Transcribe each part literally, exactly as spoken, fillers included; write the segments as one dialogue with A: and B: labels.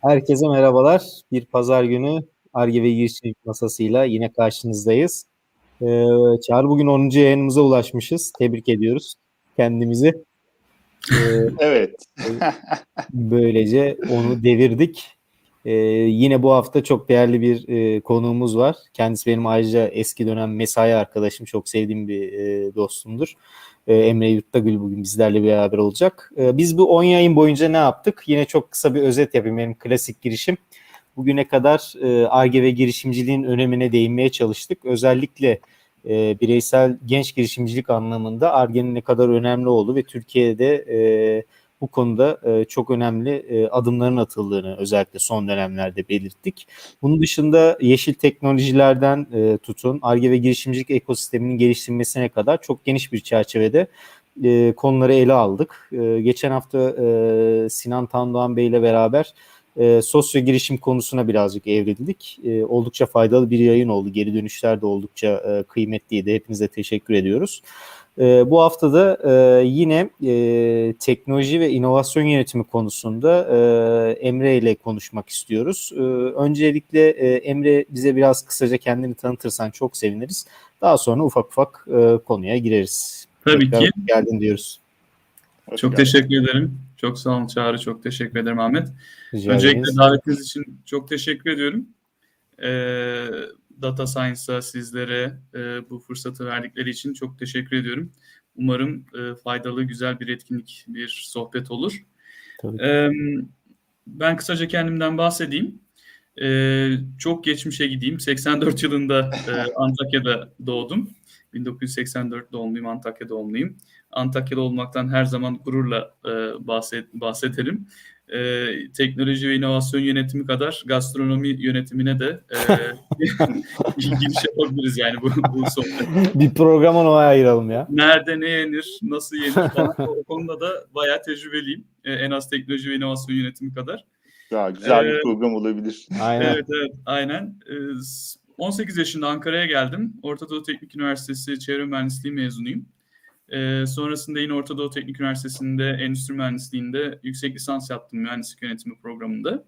A: Herkese merhabalar. Bir pazar günü Ar-Ge ve Girişimcilik Masası'yla yine karşınızdayız. Ee, Çağrı, bugün onuncu yayınımıza ulaşmışız. Tebrik ediyoruz kendimizi. Ee,
B: Evet.
A: Böylece onu devirdik. Ee, yine bu hafta çok değerli bir e, konuğumuz var. Kendisi benim ayrıca eski dönem mesai arkadaşım. Çok sevdiğim bir e, dostumdur. Ee, Emre Yurttagül bugün bizlerle beraber olacak. Ee, biz bu on yayın boyunca ne yaptık? Yine çok kısa bir özet yapayım. Benim klasik girişim. Bugüne kadar e, Ar-Ge ve girişimciliğin önemine değinmeye çalıştık. Özellikle e, bireysel genç girişimcilik anlamında Ar-Ge'nin ne kadar önemli olduğu ve Türkiye'de e, bu konuda e, çok önemli e, adımların atıldığını özellikle son dönemlerde belirttik. Bunun dışında yeşil teknolojilerden e, tutun Ar-Ge ve girişimcilik ekosisteminin geliştirilmesine kadar çok geniş bir çerçevede e, konuları ele aldık. E, geçen hafta e, Sinan Tandoğan Bey ile beraber e, sosyo girişim konusuna birazcık evrildik. E, oldukça faydalı bir yayın oldu. Geri dönüşler de oldukça e, kıymetliydi. Hepinize teşekkür ediyoruz. E, bu hafta da e, yine e, teknoloji ve inovasyon yönetimi konusunda e, Emre ile konuşmak istiyoruz. E, öncelikle e, Emre, bize biraz kısaca kendini tanıtırsan çok seviniriz. Daha sonra ufak ufak e, konuya gireriz.
C: Tabii
A: Tekrar
C: ki.
A: hoş geldin diyoruz.
B: Hoş
C: Çok
B: geldin.
C: teşekkür ederim. Çok sağ olun Çağrı. Çok teşekkür ederim Ahmet.
A: Rica
C: Öncelikle
A: ederiz.
C: davetiniz için çok teşekkür ediyorum. Ee, Data Science'a, sizlere e, bu fırsatı verdikleri için çok teşekkür ediyorum. Umarım e, faydalı, güzel bir etkinlik, bir sohbet olur.
A: Tabii.
C: Ee, ben kısaca kendimden bahsedeyim. Ee, çok geçmişe gideyim. seksen dört yılında e, Antakya'da doğdum. bin dokuz yüz seksen dört doğumluyum, Antakya doğumluyum. Antakya'da olmaktan her zaman gururla e, bahset, bahsederim. E, teknoloji ve inovasyon yönetimi kadar gastronomi yönetimine de e, giriş yapabiliriz yani bu, bu sohbet.
A: Bir programa ona ayıralım ya.
C: Nerede ne yenir, nasıl yenir falan, o konuda da bayağı tecrübeliyim. E, en az teknoloji ve inovasyon yönetimi kadar.
B: Ya, güzel
C: Ee,
B: bir program olabilir.
A: Aynen.
C: Evet, evet, aynen. Ee, on sekiz yaşında Ankara'ya geldim. Orta Doğu Teknik Üniversitesi Çevre Mühendisliği mezunuyum. Ee, sonrasında yine Orta Doğu Teknik Üniversitesi'nde Endüstri Mühendisliği'nde yüksek lisans yaptım mühendislik yönetimi programında.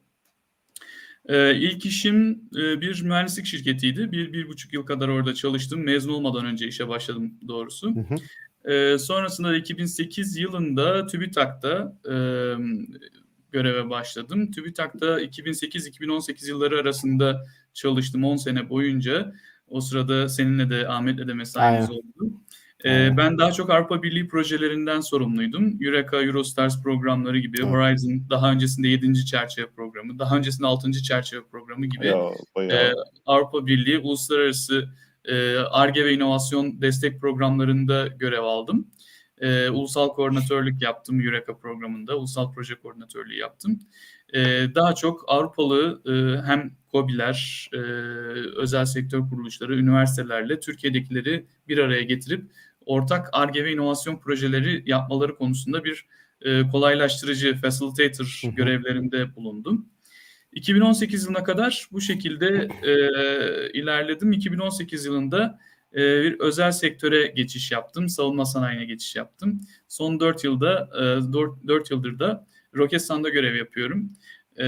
C: Ee, ilk işim e, bir mühendislik şirketiydi. Bir, bir buçuk yıl kadar orada çalıştım. Mezun olmadan önce işe başladım doğrusu.
A: Hı hı.
C: Ee, sonrasında iki bin sekiz yılında TÜBİTAK'ta e, göreve başladım. TÜBİTAK'ta iki bin sekiz iki bin on sekiz yılları arasında çalıştım on sene boyunca. O sırada seninle de Ahmet'le de mesaimiz
A: Aynen.
C: oldu. Ee,
A: Aynen.
C: ben daha çok Avrupa Birliği projelerinden sorumluydum. Eureka, Eurostars programları gibi,
A: Evet.
C: Horizon, daha öncesinde yedinci çerçeve programı, daha öncesinde altıncı çerçeve programı gibi
B: Ya, bayağı.
C: e, Avrupa Birliği uluslararası e, Ar-Ge ve inovasyon destek programlarında görev aldım. E, ulusal koordinatörlük yaptım Eureka programında, ulusal proje koordinatörlüğü yaptım. E, daha çok Avrupalı e, hem KOBİ'ler, e, özel sektör kuruluşları, üniversitelerle Türkiye'dekileri bir araya getirip ortak Ar-Ge ve inovasyon projeleri yapmaları konusunda bir e, kolaylaştırıcı, facilitator
A: Hı hı.
C: görevlerinde bulundum. iki bin on sekiz yılına kadar bu şekilde e, ilerledim. iki bin on sekiz yılında e, bir özel sektöre geçiş yaptım. Savunma sanayine geçiş yaptım. Son dört yılda, e, dört yıldır da Roketsan'da görev yapıyorum. E,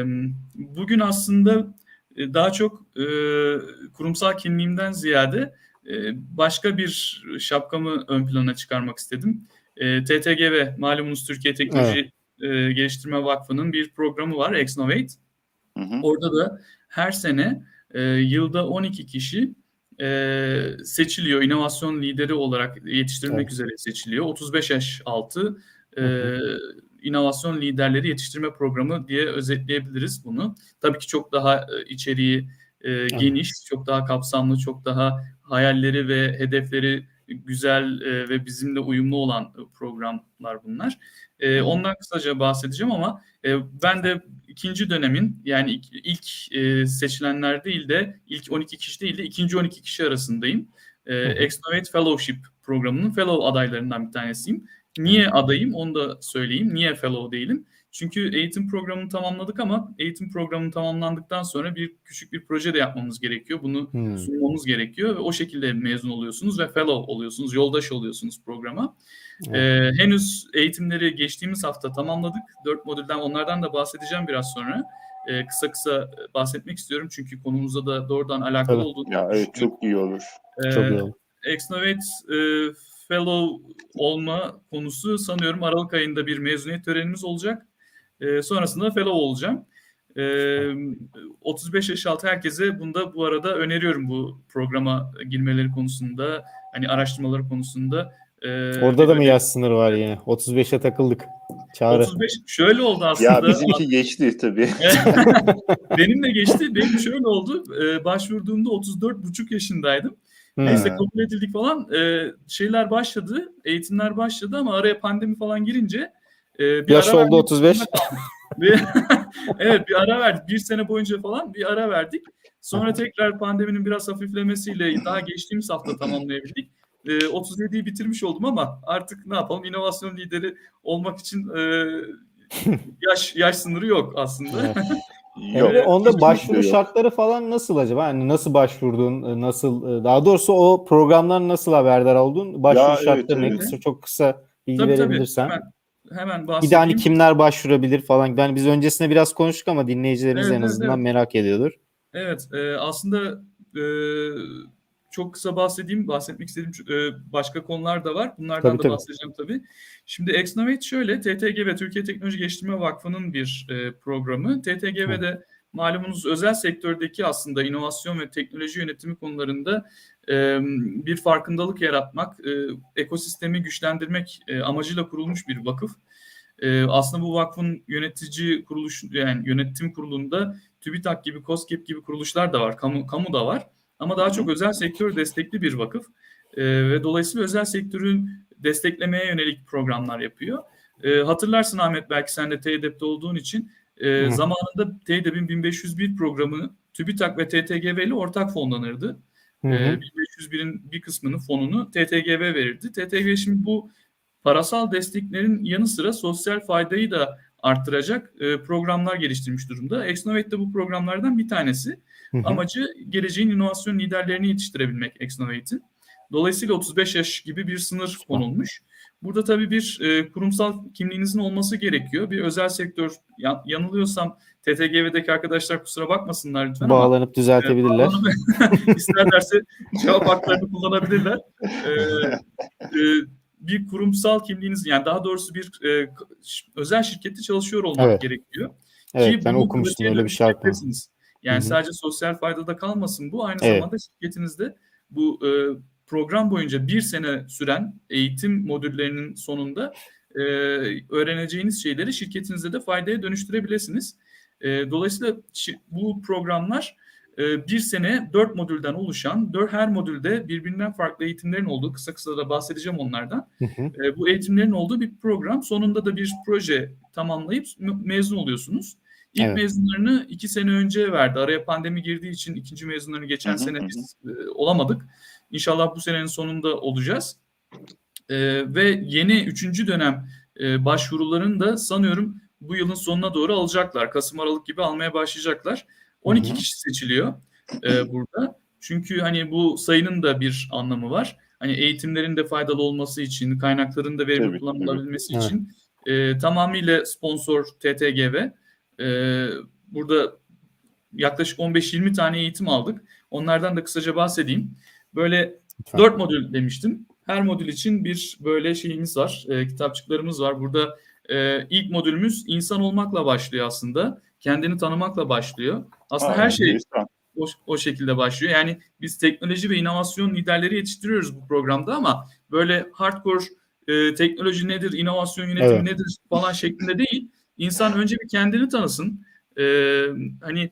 C: bugün aslında e, daha çok e, kurumsal kimliğimden ziyade e, başka bir şapkamı ön plana çıkarmak istedim. E, T T G V, malumunuz Türkiye Teknoloji evet. e, Geliştirme Vakfı'nın bir programı var, Exnovate.
B: Hı hı.
C: Orada da her sene e, yılda on iki kişi e, seçiliyor. İnovasyon lideri olarak yetiştirilmek evet. üzere seçiliyor. otuz beş yaş altı e, hı hı. inovasyon liderleri yetiştirme programı diye özetleyebiliriz bunu. Tabii ki çok daha e, içeriği e, geniş, evet. çok daha kapsamlı, çok daha hayalleri ve hedefleri güzel e, ve bizimle uyumlu olan programlar bunlar. E, ondan kısaca bahsedeceğim ama e, ben de ikinci dönemin yani ilk, ilk e, seçilenler değil de ilk on iki kişi değil de ikinci on iki kişi arasındayım. E, Exnovate Fellowship programının fellow adaylarından bir tanesiyim. Niye adayım onu da söyleyeyim. Niye fellow değilim? Çünkü eğitim programını tamamladık ama eğitim programı tamamlandıktan sonra bir küçük bir proje de yapmamız gerekiyor. Bunu hmm. sunmamız gerekiyor ve o şekilde mezun oluyorsunuz ve fellow oluyorsunuz, yoldaş oluyorsunuz programa. Evet. Ee, henüz eğitimleri geçtiğimiz hafta tamamladık. Dört modülden onlardan da bahsedeceğim biraz sonra. e, kısa kısa bahsetmek istiyorum. Çünkü konumuzda da doğrudan alakalı
A: Tabii.
C: olduğunu
B: Ya evet, çok iyi olur.
C: Ee,
A: Çok iyi olur.
C: Exnovate e, Fellow olma konusu sanıyorum Aralık ayında bir mezuniyet törenimiz olacak. E, sonrasında Fellow olacağım. E, otuz beş yaş altı herkese bunda bu arada öneriyorum bu programa girmeleri konusunda, hani araştırmaları konusunda. E,
A: Orada da mı
C: öne-
A: yaş sınırı var yine? otuz beşe takıldık. Çağrı.
C: otuz beş şöyle oldu aslında.
B: Ya bizimki geçti tabii.
C: Benim de geçti. Benim şöyle oldu. E, başvurduğumda otuz dört buçuk yaşındaydım.
A: Hmm.
C: Neyse kabul edildik falan. E, şeyler başladı. Eğitimler başladı ama araya pandemi falan girince e, bir
A: Yaş
C: ara
A: oldu
C: verdik.
A: otuz beş.
C: Bir- evet bir ara verdik. Bir sene boyunca falan bir ara verdik. Sonra tekrar pandeminin biraz hafiflemesiyle daha geçtiğimiz hafta tamamlayabildik. E, otuz yediyi bitirmiş oldum ama artık ne yapalım? İnovasyon lideri olmak için e, yaş yaş sınırı yok aslında.
A: Evet.
B: Yok.
A: Emre, onda
B: kesinlikle
A: başvuru
B: yok.
A: şartları falan nasıl acaba? Yani nasıl başvurdun? Nasıl, daha doğrusu o programdan nasıl haberdar oldun? Başvuru
B: Ya, evet,
A: şartları ne?
B: evet.
A: Kısa, çok kısa bilgi
C: Tabii tabii.
A: verebilirsen.
C: Hemen, hemen
A: Bir
C: bahsedeyim.
A: de hani kimler başvurabilir falan. Yani biz öncesinde biraz konuştuk ama dinleyicilerimiz
C: Evet,
A: en
C: evet,
A: azından
C: evet.
A: merak ediyordur.
C: Evet, e, aslında e, çok kısa bahsedeyim, bahsetmek istediğim e, başka konular da var. Bunlardan
A: Tabii,
C: da
A: tabii.
C: bahsedeceğim tabii. Şimdi Exnovate şöyle, T T G V Türkiye Teknoloji Geliştirme Vakfı'nın bir e, programı. T T G V'de malumunuz özel sektördeki aslında inovasyon ve teknoloji yönetimi konularında e, bir farkındalık yaratmak, e, ekosistemi güçlendirmek e, amacıyla kurulmuş bir vakıf. E, aslında bu vakfın yönetici kuruluş, yani yönetim kurulunda TÜBİTAK gibi, KOSGEB gibi kuruluşlar da var, kamu, kamu da var. Ama daha çok özel sektör destekli bir vakıf. Ee, ve dolayısıyla özel sektörün desteklemeye yönelik programlar yapıyor. Ee, hatırlarsın Ahmet, belki sen de T E D P'te olduğun için e, zamanında T E D P'in bin beş yüz bir programı TÜBİTAK ve T T G V ile ortak fonlanırdı.
A: Hı hı.
C: Ee, bin beş yüz birin bir kısmının fonunu T T G V verirdi. T T G V şimdi bu parasal desteklerin yanı sıra sosyal faydayı da arttıracak e, programlar geliştirmiş durumda. Exnovate de bu programlardan bir tanesi.
A: Hı hı.
C: Amacı geleceğin inovasyon liderlerini yetiştirebilmek Exnovate'in. Dolayısıyla otuz beş yaş gibi bir sınır konulmuş. Burada tabii bir e, kurumsal kimliğinizin olması gerekiyor. Bir özel sektör, yan, yanılıyorsam T T G V'deki arkadaşlar kusura bakmasınlar lütfen ama
A: Bağlanıp düzeltebilirler.
C: e, isterlerse cevap haklarını kullanabilirler. E, e, bir kurumsal kimliğiniz, yani daha doğrusu bir e, özel şirkette çalışıyor olmak
A: Evet.
C: gerekiyor.
A: Evet,
C: Ki
A: ben
C: bunu
A: okumuştum
C: pratiğe
A: öyle bir şart var.
C: dönüştürebilirsiniz. Yani
A: Hı hı.
C: sadece sosyal faydada kalmasın bu. Aynı
A: Evet.
C: zamanda şirketinizde bu e, program boyunca bir sene süren eğitim modüllerinin sonunda e, öğreneceğiniz şeyleri şirketinizde de faydaya dönüştürebilirsiniz. E, dolayısıyla bu programlar e, bir sene dört modülden oluşan, dört, her modülde birbirinden farklı eğitimlerin olduğu, kısa kısa da bahsedeceğim onlardan.
A: Hı hı.
C: E, bu eğitimlerin olduğu bir program. Sonunda da bir proje tamamlayıp mezun oluyorsunuz. İlk
A: Evet.
C: mezunlarını iki sene önce verdi. Araya pandemi girdiği için ikinci mezunlarını geçen
B: Hı hı,
C: sene
B: hı.
C: biz e, olamadık. İnşallah bu senenin sonunda olacağız. E, ve yeni üçüncü dönem e, başvurularını da sanıyorum bu yılın sonuna doğru alacaklar. Kasım Aralık gibi almaya başlayacaklar. on iki
A: Hı hı.
C: kişi seçiliyor e, burada. Çünkü hani bu sayının da bir anlamı var. Hani eğitimlerin de faydalı olması için, kaynakların da verimli
B: Tabii,
C: kullanılabilmesi
A: tabii.
C: için e, tamamıyla sponsor T T G V. E, burada yaklaşık on beş yirmi tane eğitim aldık. Onlardan da kısaca bahsedeyim. Böyle
A: Lütfen.
C: dört modül demiştim. Her modül için bir böyle şeyimiz var, e, kitapçıklarımız var. Burada e, ilk modülümüz insan olmakla başlıyor aslında. Kendini tanımakla başlıyor. Aslında
B: Aa,
C: her şey
B: enteresan.
C: o, o şekilde başlıyor. Yani biz teknoloji ve inovasyon liderleri yetiştiriyoruz bu programda ama böyle hardcore e, teknoloji nedir, inovasyon yönetimi
A: Evet.
C: nedir falan şeklinde değil. İnsan önce bir kendini tanısın. E, hani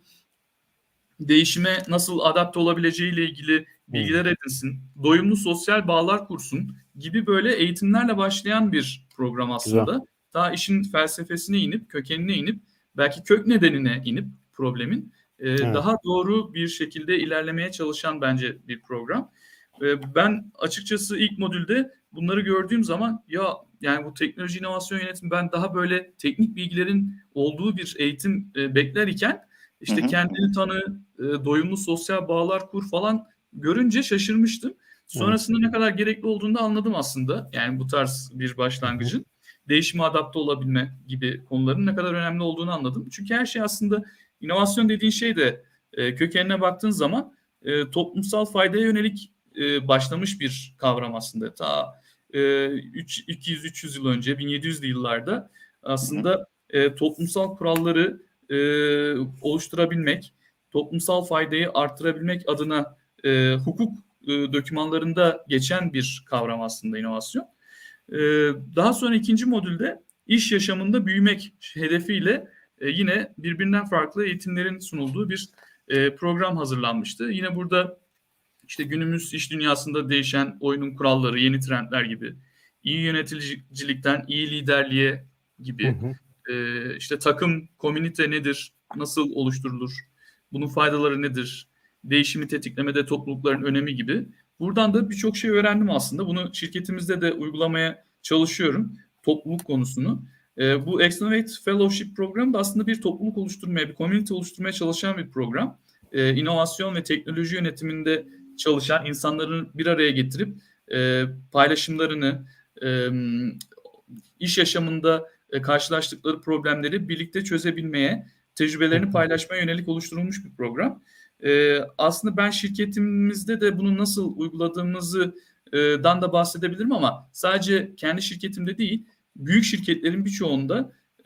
C: değişime nasıl adapte olabileceğiyle ilgili bilgiler edinsin, doyumlu sosyal bağlar kursun gibi böyle eğitimlerle başlayan bir program aslında.
A: Güzel.
C: Daha işin felsefesine inip, kökenine inip, belki kök nedenine inip problemin e,
A: Evet.
C: daha doğru bir şekilde ilerlemeye çalışan bence bir program. E, ben açıkçası ilk modülde bunları gördüğüm zaman ya yani bu teknoloji inovasyon yönetimi, ben daha böyle teknik bilgilerin olduğu bir eğitim e, bekler iken işte
B: Hı hı.
C: kendini tanı, e, doyumlu sosyal bağlar kur falan görünce şaşırmıştım. Sonrasında ne kadar gerekli olduğunu da anladım aslında. Yani bu tarz bir başlangıcın. Hı hı. Değişime adapte olabilme gibi konuların ne kadar önemli olduğunu anladım. Çünkü her şey aslında inovasyon dediğin şey de e, kökenine baktığın zaman e, toplumsal faydaya yönelik e, başlamış bir kavram aslında. Ta e, iki yüz üç yüz yıl önce, bin yedi yüzlü yıllarda aslında e, toplumsal kuralları e, oluşturabilmek, toplumsal faydayı artırabilmek adına e, hukuk e, dokümanlarında geçen bir kavram aslında inovasyon. E, daha sonra ikinci modülde iş yaşamında büyümek hedefiyle e, yine birbirinden farklı eğitimlerin sunulduğu bir e, program hazırlanmıştı. Yine burada işte günümüz iş dünyasında değişen oyunun kuralları, yeni trendler gibi, iyi yöneticilikten iyi liderliğe gibi,
A: Hı hı.
C: e, işte takım, komünite nedir, nasıl oluşturulur, bunun faydaları nedir, değişimi tetiklemede toplulukların önemi gibi. Buradan da birçok şey öğrendim aslında. Bunu şirketimizde de uygulamaya çalışıyorum, topluluk konusunu. E, bu Exnovate Fellowship programı da aslında bir topluluk oluşturmaya, bir komünite oluşturmaya çalışan bir program. E, inovasyon ve teknoloji yönetiminde çalışan insanların bir araya getirip e, paylaşımlarını, e, iş yaşamında e, karşılaştıkları problemleri birlikte çözebilmeye, tecrübelerini paylaşmaya yönelik oluşturulmuş bir program. E, aslında ben şirketimizde de bunu nasıl uyguladığımızı e, dan da bahsedebilirim ama sadece kendi şirketimde değil, büyük şirketlerin birçoğunda e,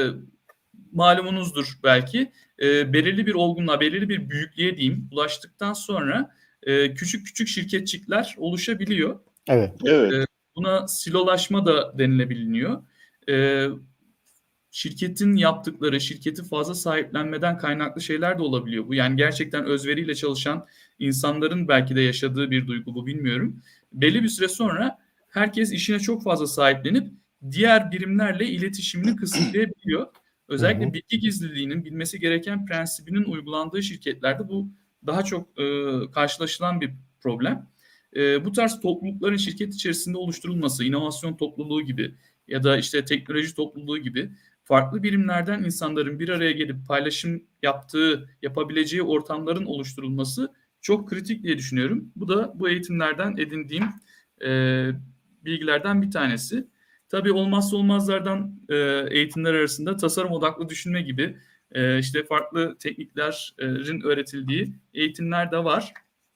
C: malumunuzdur belki, e, belirli bir olgunluğa, belirli bir büyüklüğe diyeyim ulaştıktan sonra e, küçük küçük şirketçikler oluşabiliyor.
A: Evet.
B: Evet.
C: E, buna silolaşma da denilebiliyor. E, şirketin yaptıkları, şirketi fazla sahiplenmeden kaynaklı şeyler de olabiliyor. Bu yani gerçekten özveriyle çalışan insanların belki de yaşadığı bir duygu bu, bilmiyorum. Belli bir süre sonra herkes işine çok fazla sahiplenip diğer birimlerle iletişimini kısıtlayabiliyor. Özellikle
A: Hı hı.
C: bilgi gizliliğinin bilmesi gereken prensibinin uygulandığı şirketlerde bu daha çok e, karşılaşılan bir problem. E, bu tarz toplulukların şirket içerisinde oluşturulması, inovasyon topluluğu gibi ya da işte teknoloji topluluğu gibi farklı birimlerden insanların bir araya gelip paylaşım yaptığı, yapabileceği ortamların oluşturulması çok kritik diye düşünüyorum. Bu da bu eğitimlerden edindiğim e, bilgilerden bir tanesi. Tabii olmazsa olmazlardan e, eğitimler arasında tasarım odaklı düşünme gibi e, işte farklı tekniklerin öğretildiği eğitimler de var.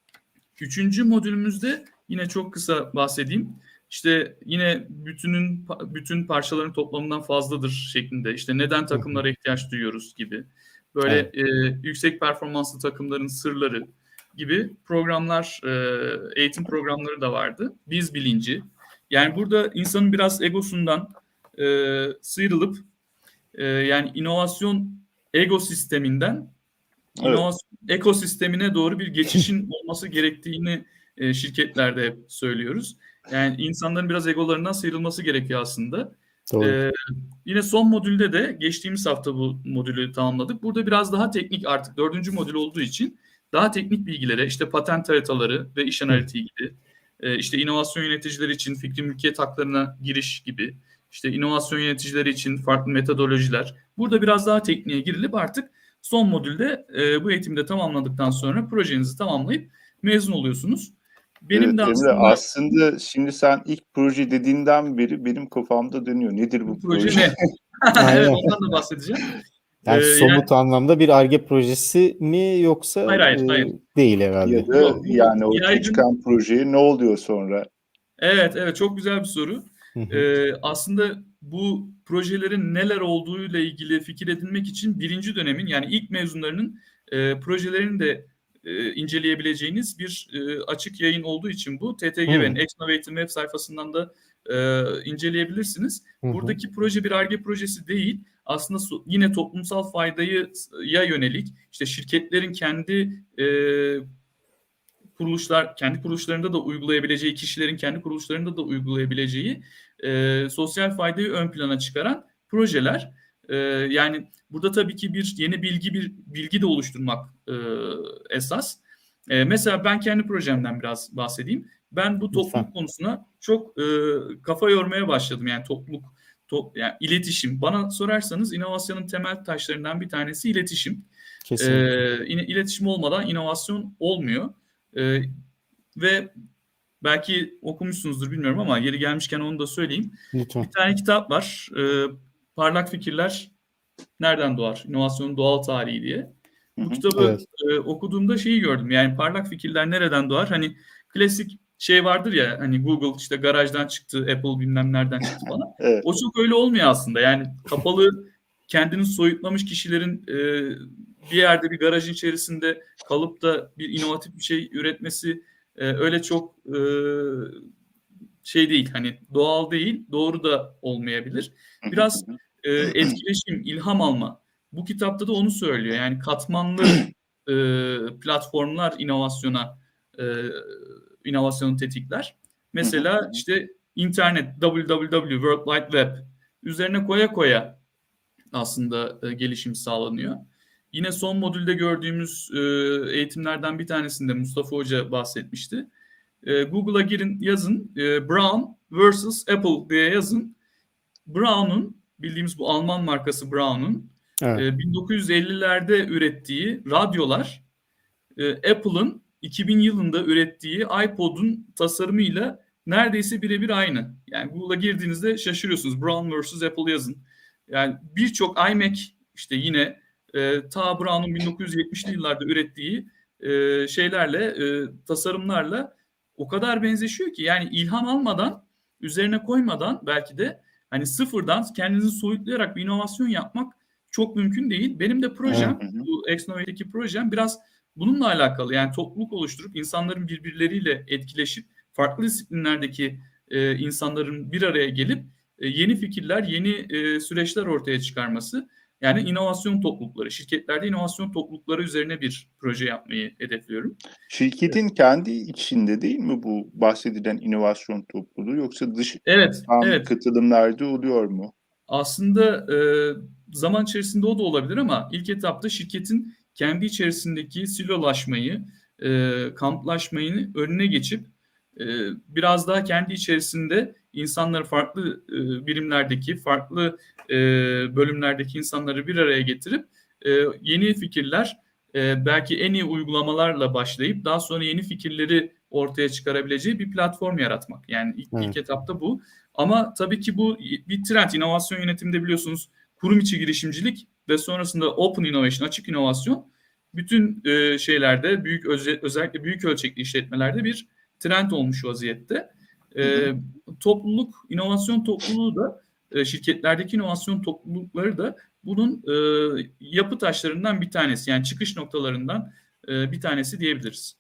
C: Üçüncü modülümüzde yine çok kısa bahsedeyim. İşte yine bütünün bütün parçaların toplamından fazladır şeklinde. İşte neden takımlara ihtiyaç duyuyoruz gibi. Böyle
A: Evet.
C: e, yüksek performanslı takımların sırları gibi programlar, e, eğitim programları da vardı. Biz bilinci. Yani burada insanın biraz egosundan e, sıyrılıp e, yani inovasyon ego sisteminden
B: Evet.
C: inovasyon ekosistemine doğru bir geçişin olması gerektiğini e, şirketlerde hep söylüyoruz. Yani insanların biraz egolarından sıyrılması gerekiyor aslında.
A: Doğru.
C: E, yine son modülde de geçtiğimiz hafta bu modülü tamamladık. Burada biraz daha teknik, artık dördüncü modül olduğu için daha teknik bilgilere, işte patent haritaları ve iş analitiği gibi, e, işte inovasyon yöneticileri için fikri mülkiyet haklarına giriş gibi, işte inovasyon yöneticileri için farklı metodolojiler. Burada biraz daha tekniğe girilip artık son modülde e, bu eğitimi tamamladıktan sonra projenizi tamamlayıp mezun oluyorsunuz. Benim
B: Evet
C: de
B: Emre,
C: aslında
B: aslında şimdi sen ilk proje dediğinden beri benim kafamda dönüyor. Nedir bu
C: bu proje
B: proje?
C: ne?
A: Aynen.
C: Evet, ondan da bahsedeceğim.
A: Yani
C: Ee,
A: somut
C: yani
A: anlamda bir Ar-Ge projesi mi yoksa
C: hayır hayır
A: e,
C: hayır.
A: değil herhalde.
B: Ya da
C: Yok, bu
B: yani ortaya
C: yaygın.
B: çıkan projeye ne oluyor sonra?
C: Evet evet, çok güzel bir soru.
A: Hı hı.
C: Ee, aslında bu projelerin neler olduğuyla ilgili fikir edinmek için birinci dönemin, yani ilk mezunlarının e, projelerini de e, inceleyebileceğiniz bir e, açık yayın olduğu için bu T T G B'nin
A: Hı
C: Exnovate'in web sayfasından da e, inceleyebilirsiniz.
A: hı. Hı.
C: Buradaki proje bir Ar-Ge projesi değil. Aslında so- yine toplumsal faydayı ya yönelik, işte şirketlerin kendi e, kuruluşlar kendi kuruluşlarında da uygulayabileceği, kişilerin kendi kuruluşlarında da uygulayabileceği e, sosyal faydayı ön plana çıkaran projeler. E, yani burada tabii ki bir yeni bilgi bir bilgi de oluşturmak e, esas. E, mesela ben kendi projemden biraz bahsedeyim. Ben bu
A: Lütfen.
C: topluluk konusuna çok e, kafa yormaya başladım. Yani topluluk, to, yani iletişim. Bana sorarsanız inovasyonun temel taşlarından bir tanesi iletişim.
A: Kesinlikle.
C: E, iletişim olmadan inovasyon olmuyor. Ee, ve belki okumuşsunuzdur bilmiyorum ama yeri gelmişken onu da söyleyeyim.
A: Lütfen.
C: Bir tane kitap var. Ee, Parlak Fikirler nereden doğar? İnovasyonun doğal tarihi diye.
B: Hı
C: Bu
B: hı.
C: kitabı
A: Evet.
C: e, okuduğumda şeyi gördüm. Yani parlak fikirler nereden doğar? Hani klasik şey vardır ya, hani Google işte garajdan çıktı, Apple bilmem nereden çıktı falan.
B: Evet.
C: O çok öyle olmuyor aslında. Yani kapalı, kendini soyutlamış kişilerin e, bir yerde bir garajın içerisinde kalıp da bir inovatif bir şey üretmesi e, öyle çok e, şey değil. Hani doğal değil, doğru da olmayabilir.
B: Hı hı,
C: Biraz
B: hı hı.
C: e, etkileşim, ilham alma. Bu kitapta da onu söylüyor. Yani katmanlı e, platformlar inovasyona e, inovasyonu tetikler.
B: Hı hı, hı
C: Mesela
B: hı.
C: işte internet, W W W, World Wide Web üzerine koya koya aslında e, gelişim sağlanıyor. Yine son modülde gördüğümüz e, eğitimlerden bir tanesinde Mustafa Hoca bahsetmişti. E, Google'a girin, yazın e, Brown versus Apple diye yazın. Brown'un, bildiğimiz bu Alman markası Brown'un
A: Evet.
C: e, bin dokuz yüz ellilerde ürettiği radyolar e, Apple'ın iki bin yılında ürettiği iPod'un tasarımıyla neredeyse birebir aynı. Yani Google'a girdiğinizde şaşırıyorsunuz. Brown versus Apple yazın. Yani birçok iMac işte yine e, ta Brown'un bin dokuz yüz yetmişli yıllarda ürettiği e, şeylerle, e, tasarımlarla o kadar benzeşiyor ki, yani ilham almadan, üzerine koymadan belki de hani sıfırdan kendinizi soyutlayarak bir inovasyon yapmak çok mümkün değil. Benim de
A: Evet.
C: projem, bu Exnovate'deki projem biraz bununla alakalı. Yani topluluk oluşturup insanların birbirleriyle etkileşip farklı disiplinlerdeki e, insanların bir araya gelip e, yeni fikirler, yeni e, süreçler ortaya çıkarması. Yani inovasyon toplulukları, şirketlerde inovasyon toplulukları üzerine bir proje yapmayı hedefliyorum.
B: Şirketin kendi içinde değil mi bu bahsedilen inovasyon topluluğu, yoksa
C: Evet,
B: dıştan
C: evet.
B: katılımlarda oluyor mu?
C: Aslında e, zaman içerisinde o da olabilir ama ilk etapta şirketin kendi içerisindeki silolaşmayı, e, kamplaşmayı önüne geçip e, biraz daha kendi içerisinde insanları farklı e, birimlerdeki, farklı e, bölümlerdeki insanları bir araya getirip e, yeni fikirler, e, belki en iyi uygulamalarla başlayıp daha sonra yeni fikirleri ortaya çıkarabileceği bir platform yaratmak. Yani ilk, ilk
A: Evet.
C: etapta bu. Ama tabii ki bu bir trend. İnovasyon yönetiminde biliyorsunuz kurum içi girişimcilik ve sonrasında open innovation, açık inovasyon bütün e, şeylerde, büyük öze- özellikle büyük ölçekli işletmelerde bir trend olmuş vaziyette.
B: Hı hı.
C: E, topluluk, inovasyon topluluğu da e, şirketlerdeki inovasyon toplulukları da bunun e, yapı taşlarından bir tanesi. Yani çıkış noktalarından e, bir tanesi diyebiliriz.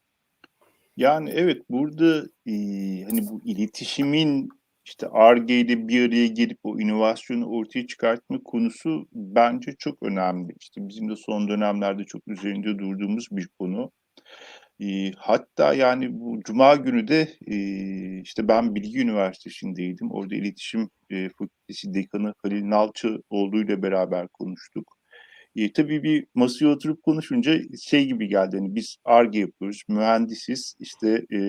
B: Yani evet, burada e, hani bu iletişimin işte Ar-Ge ile bir araya gelip o inovasyonu ortaya çıkartma konusu bence çok önemli. İşte bizim de son dönemlerde çok üzerinde durduğumuz bir konu. E, hatta yani bu Cuma günü de e, işte ben Bilgi Üniversitesi'ndeydim. Orada iletişim e, fakültesi dekanı Halil Nalçıoğlu ile beraber konuştuk. E, tabii bir masaya oturup konuşunca şey gibi geldi. Hani biz Ar-Ge yapıyoruz, mühendisiz. İşte e,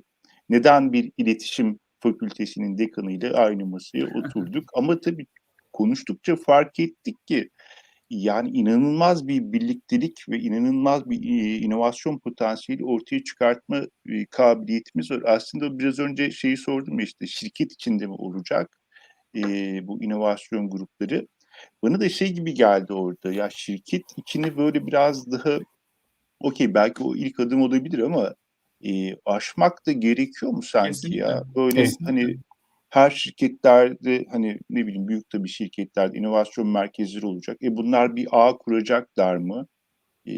B: neden bir iletişim fakültesinin dekanıyla aynı masaya oturduk? Ama tabii konuştukça fark ettik ki yani inanılmaz bir birliktelik ve inanılmaz bir e, inovasyon potansiyeli ortaya çıkartma e, kabiliyetimiz var. Aslında biraz önce şeyi sordum ya, işte şirket içinde mi olacak e, bu inovasyon grupları? Bana da şey gibi geldi orada. Ya şirket içini böyle biraz daha okey, belki o ilk adım olabilir ama e, aşmak da gerekiyor mu sanki
C: Kesinlikle.
B: ya? Böyle
C: Kesinlikle.
B: hani her şirketlerde, hani ne bileyim, büyük tabii şirketlerde inovasyon merkezleri olacak. E bunlar bir ağ kuracaklar mı? E,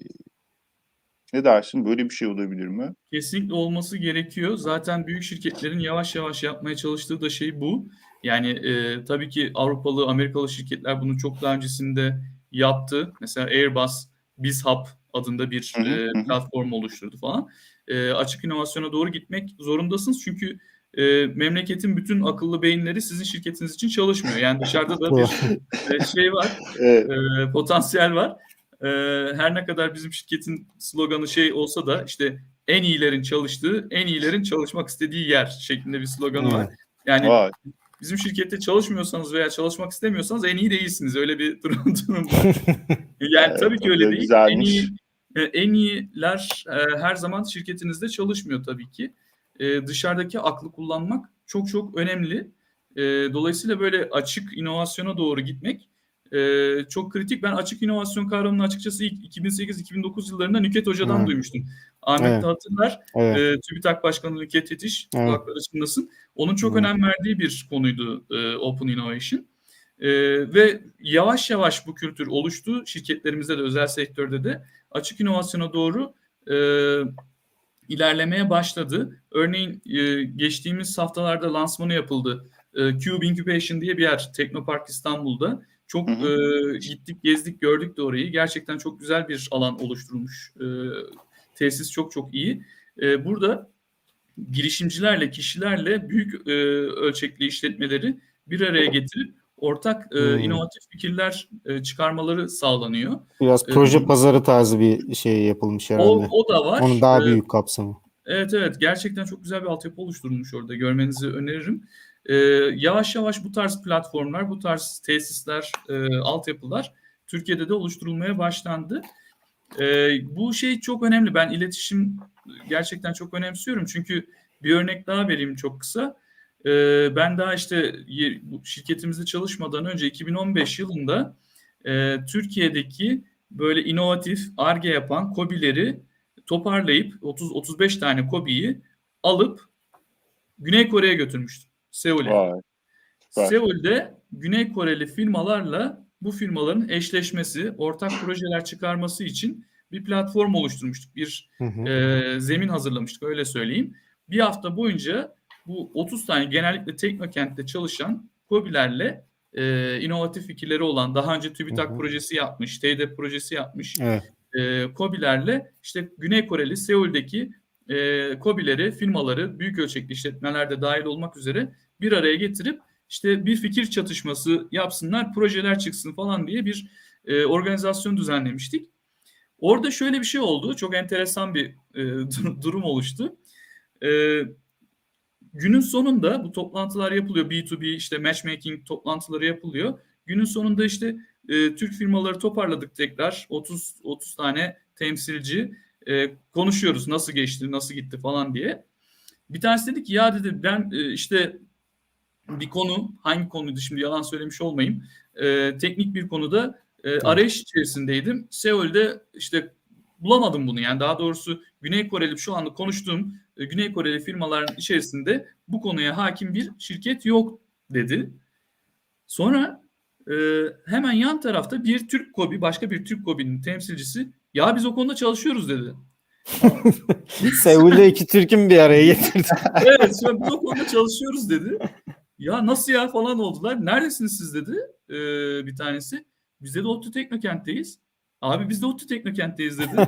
B: ne dersin? Böyle bir şey olabilir mi?
C: Kesinlikle olması gerekiyor. Zaten büyük şirketlerin yavaş yavaş yapmaya çalıştığı da şey bu. Yani e, tabii ki Avrupalı, Amerikalı şirketler bunu çok daha öncesinde yaptı. Mesela Airbus, BizHub adında bir
B: Hı hı,
C: e,
B: hı hı.
C: platform oluşturdu falan. E, açık inovasyona doğru gitmek zorundasınız. Çünkü e, memleketin bütün akıllı beyinleri sizin şirketiniz için çalışmıyor. Yani dışarıda da
A: Doğru.
C: bir e, şey var,
B: Evet.
C: e, potansiyel var. E, her ne kadar bizim şirketin sloganı şey olsa da işte en iyilerin çalıştığı, en iyilerin çalışmak istediği yer şeklinde bir sloganı var.
A: Evet.
C: Yani
B: Vay.
C: bizim şirkette çalışmıyorsanız veya çalışmak istemiyorsanız en iyi değilsiniz. Öyle bir durum, durum var. Yani
B: Evet,
C: tabii ki
B: o da
C: öyle değil. En
B: güzelmiş.
C: iyi e, en iyiler e, her zaman şirketinizde çalışmıyor tabii ki. E, dışarıdaki aklı kullanmak çok çok önemli. E, dolayısıyla böyle açık inovasyona doğru gitmek e, çok kritik. Ben açık inovasyon kavramını açıkçası ilk iki bin sekiz iki bin dokuz yıllarında Nükhet Hoca'dan
A: Evet.
C: duymuştum. Ahmet
A: Evet.
C: de hatırlar.
A: Evet.
C: E, TÜBİTAK Başkanı Nükhet Yetiş,
A: Evet.
C: kulakları çınlasın. Onun çok
A: Evet.
C: önem verdiği bir konuydu e, Open Innovation. E, ve yavaş yavaş bu kültür oluştu. Şirketlerimizde de, özel sektörde de açık inovasyona doğru e, ilerlemeye başladı. Örneğin e, geçtiğimiz haftalarda lansmanı yapıldı. E, Cube Incubation diye bir yer, Teknopark İstanbul'da. Çok
B: Hı hı.
C: e, gittik, gezdik, gördük de orayı. Gerçekten çok güzel bir alan oluşturulmuş. E, tesis çok çok iyi. E, burada girişimcilerle, kişilerle büyük e, ölçekli işletmeleri bir araya getirip ortak e,
A: Hmm.
C: inovatif fikirler e, çıkarmaları sağlanıyor.
A: Biraz
C: E,
A: proje pazarı tarzı bir şey yapılmış herhalde.
C: o, o da var.
A: Onun daha
C: E,
A: büyük kapsamı.
C: Evet evet, gerçekten çok güzel bir altyapı oluşturulmuş orada, görmenizi öneririm. Ee, yavaş yavaş bu tarz platformlar, bu tarz tesisler, e, altyapılar Türkiye'de de oluşturulmaya başlandı. Ee, bu şey çok önemli. Ben iletişim gerçekten çok önemsiyorum. Çünkü bir örnek daha vereyim çok kısa. Ee, ben daha işte bu şirketimizde çalışmadan önce iki bin on beş yılında e, Türkiye'deki böyle inovatif Ar-Ge yapan KOBİ'leri toparlayıp otuz otuz beş tane KOBİ'yi alıp Güney Kore'ye götürmüştüm. Seul'e.
B: Vay.
C: Seul'de Güney Koreli firmalarla bu firmaların eşleşmesi, ortak projeler çıkarması için bir platform oluşturmuştuk. Bir
A: Hı hı.
C: e, zemin hazırlamıştık, öyle söyleyeyim. Bir hafta boyunca bu otuz tane genellikle Teknokent'te çalışan KOBİ'lerle e, inovatif fikirleri olan, daha önce TÜBİTAK
A: Hı hı.
C: projesi yapmış, T E D E P projesi yapmış
A: Evet.
C: e, KOBİ'lerle işte Güney Koreli Seul'deki e, KOBİ'leri, firmaları, büyük ölçekli işletmelerde dahil olmak üzere bir araya getirip işte bir fikir çatışması yapsınlar, projeler çıksın falan diye bir e, organizasyon düzenlemiştik. Orada şöyle bir şey oldu. Çok enteresan bir e, durum oluştu. E, günün sonunda bu toplantılar yapılıyor. B iki B işte matchmaking toplantıları yapılıyor. Günün sonunda işte e, Türk firmaları toparladık tekrar. otuz otuz tane temsilci e, konuşuyoruz. Nasıl geçti, nasıl gitti falan diye. Bir tanesi dedi ki ya dedi ben e, işte bir konu, hangi konuydu şimdi yalan söylemiş olmayayım. E, teknik bir konuda e, arayış içerisindeydim. Seul'de işte bulamadım bunu, yani daha doğrusu Güney Koreli, şu anda konuştuğum e, Güney Koreli firmaların içerisinde bu konuya hakim bir şirket yok dedi. Sonra e, hemen yan tarafta bir Türk KOBİ, başka bir Türk KOBİ'nin temsilcisi ya biz o konuda çalışıyoruz dedi.
A: Seul'de iki Türk'ün bir araya getirdi.
C: Evet, şimdi biz o konuda çalışıyoruz dedi. Ya nasıl ya falan oldular. Neredesiniz siz dedi ee, bir tanesi. Biz de ODTÜ Teknokent'teyiz. Abi biz de ODTÜ Teknokent'teyiz dedi.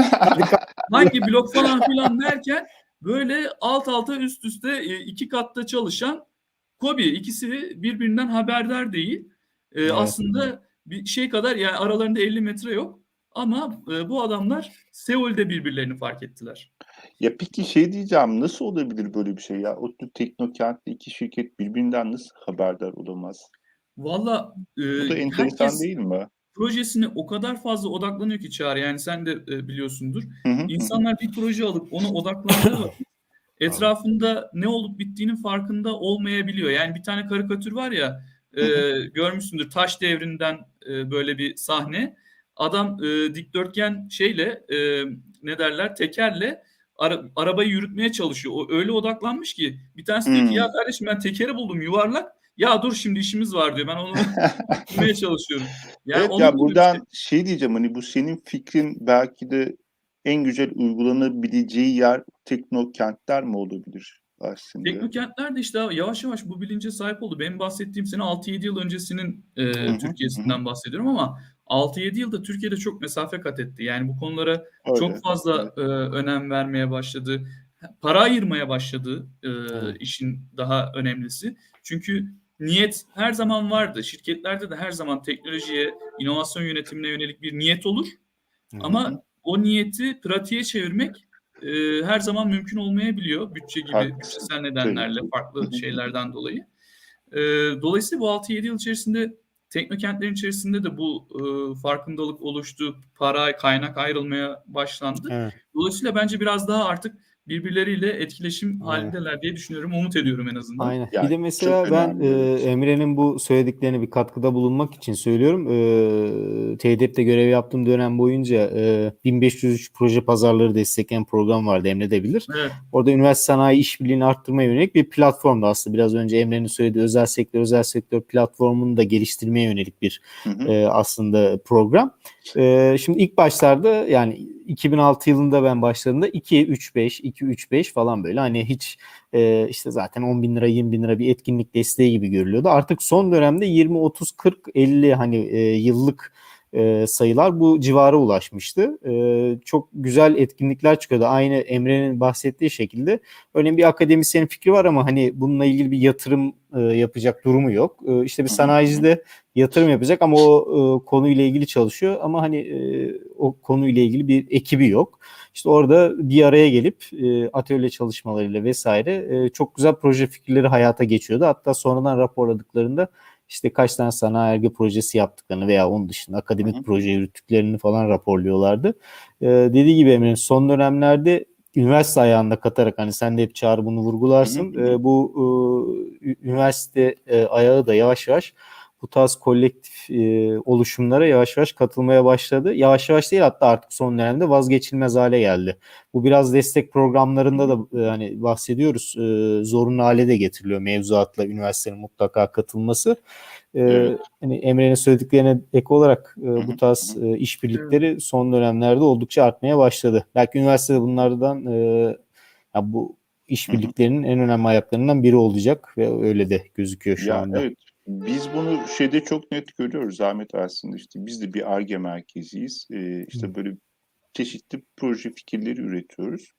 C: Hangi blok falan filan derken böyle alt alta üst üste iki katta çalışan KOBİ, ikisi birbirinden haberdar değil. Ee,
A: Evet.
C: Aslında bir şey kadar, yani aralarında elli metre yok. Ama e, bu adamlar Seul'de birbirlerini fark ettiler.
B: Ya peki şey diyeceğim, nasıl olabilir böyle bir şey ya? ODTÜ Teknokent'te iki şirket birbirinden nasıl haberdar olamaz?
C: Valla e,
B: Bu da enteresan
C: herkes
B: değil mi?
C: projesine o kadar fazla odaklanıyor ki Çağrı, yani sen de e, biliyorsundur.
B: Hı hı, hı.
C: İnsanlar bir proje alıp ona odaklandığı vakit etrafında ne olup bittiğinin farkında olmayabiliyor. Yani bir tane karikatür var ya, e, görmüşsündür, Taş Devri'nden e, böyle bir sahne. Adam e, dikdörtgen şeyle e, ne derler tekerle ara, arabayı yürütmeye çalışıyor. O öyle odaklanmış ki bir tanesi diyor ki ya
B: Hmm.
C: kardeşim ben tekeri buldum yuvarlak. Ya dur şimdi işimiz var diyor. Ben onu yürütmeye çalışıyorum. Yani
B: Evet
C: onun
B: ya,
C: gibi bir
B: buradan
C: şey.
B: şey diyeceğim, hani bu senin fikrin belki de en güzel uygulanabileceği yer teknokentler mi olabilir aslında?
C: Teknokentler de işte yavaş yavaş bu bilince sahip oldu. Benim bahsettiğim sene altı yedi yıl öncesinin e,
B: Hı hı, hı hı.
C: Türkiye'sinden bahsediyorum ama altı yedi yılda Türkiye'de çok mesafe kat etti. Yani bu konulara
B: Öyle.
C: çok fazla
B: Evet.
C: e, önem vermeye başladı. Para ayırmaya başladı e,
A: Evet.
C: işin daha önemlisi. Çünkü niyet her zaman vardı. Şirketlerde de her zaman teknolojiye, inovasyon yönetimine yönelik bir niyet olur.
A: Hı hı.
C: Ama o niyeti pratiğe çevirmek e, her zaman mümkün olmayabiliyor. Bütçe gibi,
B: Haklısın.
C: bütçesel
B: Tabii.
C: nedenlerle,
B: Hı
C: farklı
B: hı.
C: şeylerden dolayı. E, dolayısıyla bu altı yedi yıl içerisinde teknokentlerin içerisinde de bu e, farkındalık oluştu. Para, kaynak ayrılmaya başlandı.
A: Evet.
C: Dolayısıyla bence biraz daha artık birbirleriyle etkileşim
A: Aynen.
C: halindeler diye düşünüyorum. Umut ediyorum en azından.
A: Aynen.
B: Yani
A: Bir de
B: çok
A: mesela ben
B: önemli,
A: e,
B: evet.
A: Emre'nin bu söylediklerine bir katkıda bulunmak için söylüyorum. E, T D P'de görev yaptığım dönem boyunca e, bin beş yüz üç proje pazarları destekleyen program vardı. Emre de bilir.
C: Evet.
A: Orada üniversite sanayi işbirliğini arttırmaya yönelik bir platformdu aslında. Biraz önce Emre'nin söylediği özel sektör özel sektör platformunu da geliştirmeye yönelik bir
B: Hı hı.
A: e, aslında program. E, şimdi ilk başlarda yani iki bin altı yılında ben başladığımda iki üç beş iki üç beş falan böyle hani hiç e, işte zaten on bin lira yirmi bin lira bir etkinlik desteği gibi görülüyordu. Artık son dönemde yirmi otuz kırk elli hani e, yıllık e, sayılar bu civara ulaşmıştı. E, çok güzel etkinlikler çıkıyordu. Aynı Emre'nin bahsettiği şekilde. Örneğin bir akademisyenin fikri var ama hani bununla ilgili bir yatırım e, yapacak durumu yok. E, işte bir
B: Hı hı.
A: sanayici de yatırım yapacak ama o e, konuyla ilgili çalışıyor ama hani e, o konuyla ilgili bir ekibi yok. İşte orada bir araya gelip e, atölye çalışmalarıyla vesaire e, çok güzel proje fikirleri hayata geçiyordu. Hatta sonradan raporladıklarında işte kaç tane sanayi ergi projesi yaptıklarını veya onun dışında akademik
B: Hı hı.
A: proje yürüttüklerini falan raporluyorlardı. E, dediği gibi Emre'nin son dönemlerde üniversite ayağında katarak hani sen de hep Çağrı bunu vurgularsın.
B: Hı hı.
A: E, bu e, üniversite e, ayağı da yavaş yavaş bu tarz kolektif e, oluşumlara yavaş yavaş katılmaya başladı. Yavaş yavaş değil hatta artık son dönemde vazgeçilmez hale geldi. Bu biraz destek programlarında da e, hani bahsediyoruz. E, zorunlu hale de getiriliyor mevzuatla üniversitenin mutlaka katılması. E,
B: Evet.
A: hani Emre'nin söylediklerine ek olarak e,
B: Hı
A: bu
B: hı.
A: tarz
B: Hı hı.
A: e, işbirlikleri son dönemlerde oldukça artmaya başladı. Belki üniversite bunlardan e, ya bu
B: Hı hı.
A: işbirliklerinin en önemli ayaklarından biri olacak ve öyle de gözüküyor şu
B: Ya
A: anda.
B: evet, biz bunu şeyde çok net görüyoruz Ahmet aslında işte biz de bir Ar-Ge merkeziyiz. Ee, işte böyle çeşitli proje fikirleri üretiyoruz.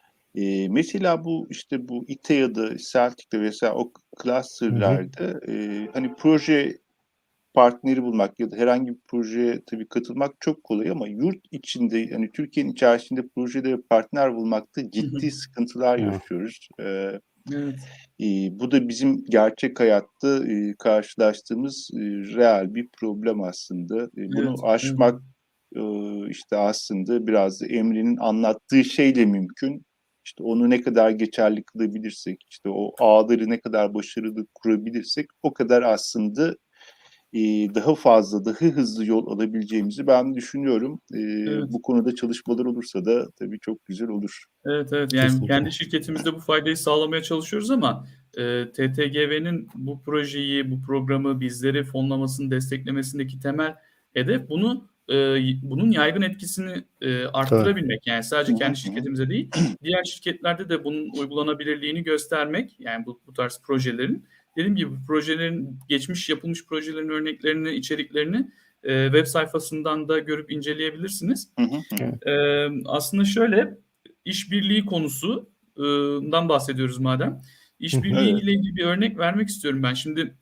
B: Ee, mesela bu işte bu İTEA'da, Celtic'te vesaire o
A: Hı hı.
B: cluster'larda e, hani proje partneri bulmak ya da herhangi bir projeye tabii katılmak çok kolay ama yurt içinde hani Türkiye'nin içerisinde projelere partner bulmakta
C: Hı hı.
B: ciddi sıkıntılar
A: Evet.
B: yaşıyoruz. Ee,
C: Evet.
B: e, bu da bizim gerçek hayatta e, karşılaştığımız e, reel bir problem aslında. E, bunu
C: Evet. Evet.
B: aşmak e, işte aslında biraz da Emre'nin anlattığı şeyle mümkün. İşte onu ne kadar geçerli kılabilirsek, işte o ağları ne kadar başarılı kurabilirsek o kadar aslında e, daha fazla, daha hızlı yol alabileceğimizi ben düşünüyorum. E,
C: Evet.
B: bu konuda çalışmalar olursa da tabii çok güzel olur.
C: Evet, evet. Yani
A: Kesinlikle.
C: kendi şirketimizde bu faydayı sağlamaya çalışıyoruz ama e, T T G V'nin bu projeyi, bu programı bizleri fonlamasını, desteklemesindeki temel hedef bunu e, bunun yaygın etkisini e,
A: Tabii.
C: arttırabilmek. Yani
B: Hı
C: sadece
B: hı,
C: kendi
B: hı hı.
C: şirketimize değil, diğer şirketlerde de bunun uygulanabilirliğini göstermek. Yani bu, bu tarz projelerin. Dediğim gibi bu projelerin, geçmiş yapılmış projelerin örneklerini, içeriklerini e, web sayfasından da görüp inceleyebilirsiniz.
B: Hı hı, hı hı.
A: Evet.
C: E, aslında şöyle, işbirliği konusundan bahsediyoruz madem.
A: Hı hı.
C: İşbirliği
B: Evet.
C: ile ilgili bir örnek vermek istiyorum ben. Şimdi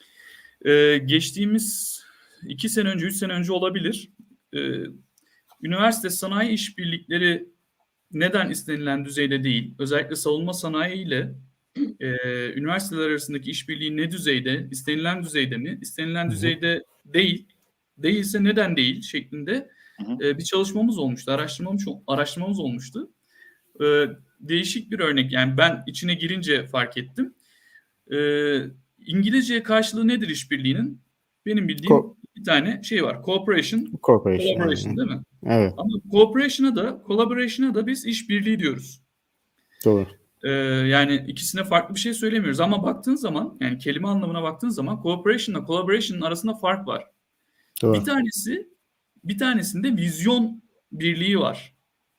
C: e, geçtiğimiz iki sene önce, üç sene önce olabilir. E, üniversite sanayi işbirlikleri neden istenilen düzeyde değil? Özellikle savunma sanayi ile e, üniversiteler arasındaki işbirliği ne düzeyde? İstenilen düzeyde mi? İstenilen
A: Hı hı.
C: düzeyde değil. Değilse neden değil şeklinde
B: Hı hı.
C: e, bir çalışmamız olmuştu, araştırmamız, araştırmamız olmuştu. Ee, değişik bir örnek, yani ben içine girince fark ettim. Ee, İngilizce karşılığı nedir işbirliğinin? Benim bildiğim
A: Co-
C: bir tane şey var. Cooperation,
A: Corporation.
C: collaboration
A: Yani.
C: değil mi?
A: Evet.
C: Ama cooperation'a da, collaboration'a da biz işbirliği diyoruz.
A: Doğru.
C: Ee, yani ikisine farklı bir şey söylemiyoruz ama baktığın zaman, yani kelime anlamına baktığın zaman cooperation'la collaboration'ın arasında fark var. Bir
A: Doğru.
C: tanesi, bir tanesinde vizyon birliği var.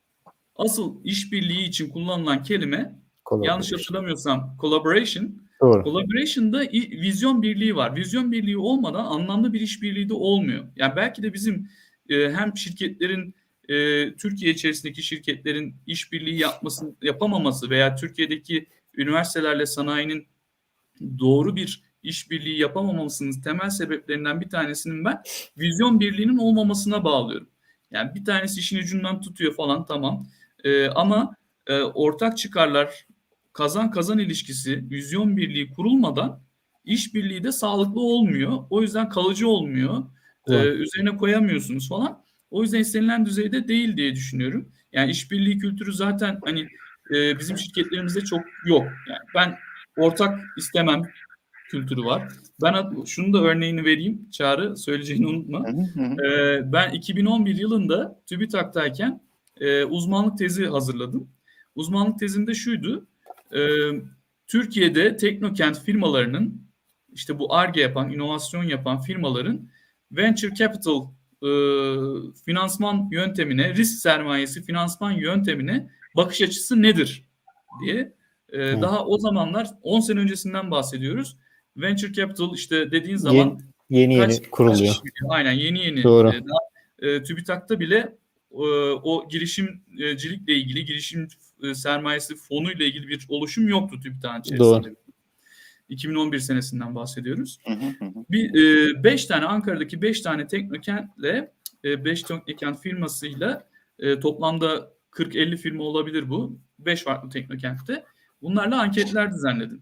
C: Asıl işbirliği için kullanılan kelime, yanlış
A: Collaboration.
C: hatırlamıyorsam, collaboration.
A: Doğru.
C: Collaboration'da i- vizyon birliği var. Vizyon birliği olmadan anlamlı bir işbirliği de olmuyor. Yani belki de bizim e, hem şirketlerin e, Türkiye içerisindeki şirketlerin işbirliği yapmasını yapamaması veya Türkiye'deki üniversitelerle sanayinin doğru bir işbirliği yapamamasının temel sebeplerinden bir tanesinin ben vizyon birliğinin olmamasına bağlıyorum. Yani bir tanesi işin ucundan tutuyor falan, tamam. Ee, ama e, ortak çıkarlar, kazan kazan ilişkisi, vizyon birliği kurulmadan işbirliği de sağlıklı olmuyor. O yüzden kalıcı olmuyor. Ee,
A: Doğru.
C: üzerine koyamıyorsunuz falan. O yüzden istenilen düzeyde değil diye düşünüyorum. Yani işbirliği kültürü zaten hani e, bizim şirketlerimizde çok yok. Yani ben ortak istemem kültürü var. Ben şunu da örneğini vereyim. Çağrı, söyleyeceğini unutma.
B: Hı hı hı.
C: Ee, ben iki bin on bir yılında TÜBİTAK'tayken e, uzmanlık tezi hazırladım. Uzmanlık tezimde şuydu. E, Türkiye'de teknokent firmalarının, işte bu Ar-Ge yapan, inovasyon yapan firmaların venture capital e, finansman yöntemine, risk sermayesi finansman yöntemine bakış açısı nedir diye. E,
A: Evet.
C: Daha o zamanlar on sene öncesinden bahsediyoruz. Venture capital işte dediğin
A: Yeni
C: zaman
A: yeni,
C: kaç,
A: yeni
C: kaç
A: kuruluyor.
C: kişi biliyor? Aynen yeni yeni.
A: Doğru.
C: E, daha, e, TÜBİTAK'ta bile e, o girişimcilikle ilgili, girişim e, sermayesi fonuyla ilgili bir oluşum yoktu TÜBİTAK'ın içerisinde.
A: Doğru.
C: iki bin on bir senesinden bahsediyoruz.
B: Hı hı hı.
C: Bir e, beş tane Ankara'daki beş tane teknokentle e, beş teknokent firmasıyla e, toplamda kırk elli firma olabilir bu. beş farklı teknokentte. Bunlarla anketler düzenledim.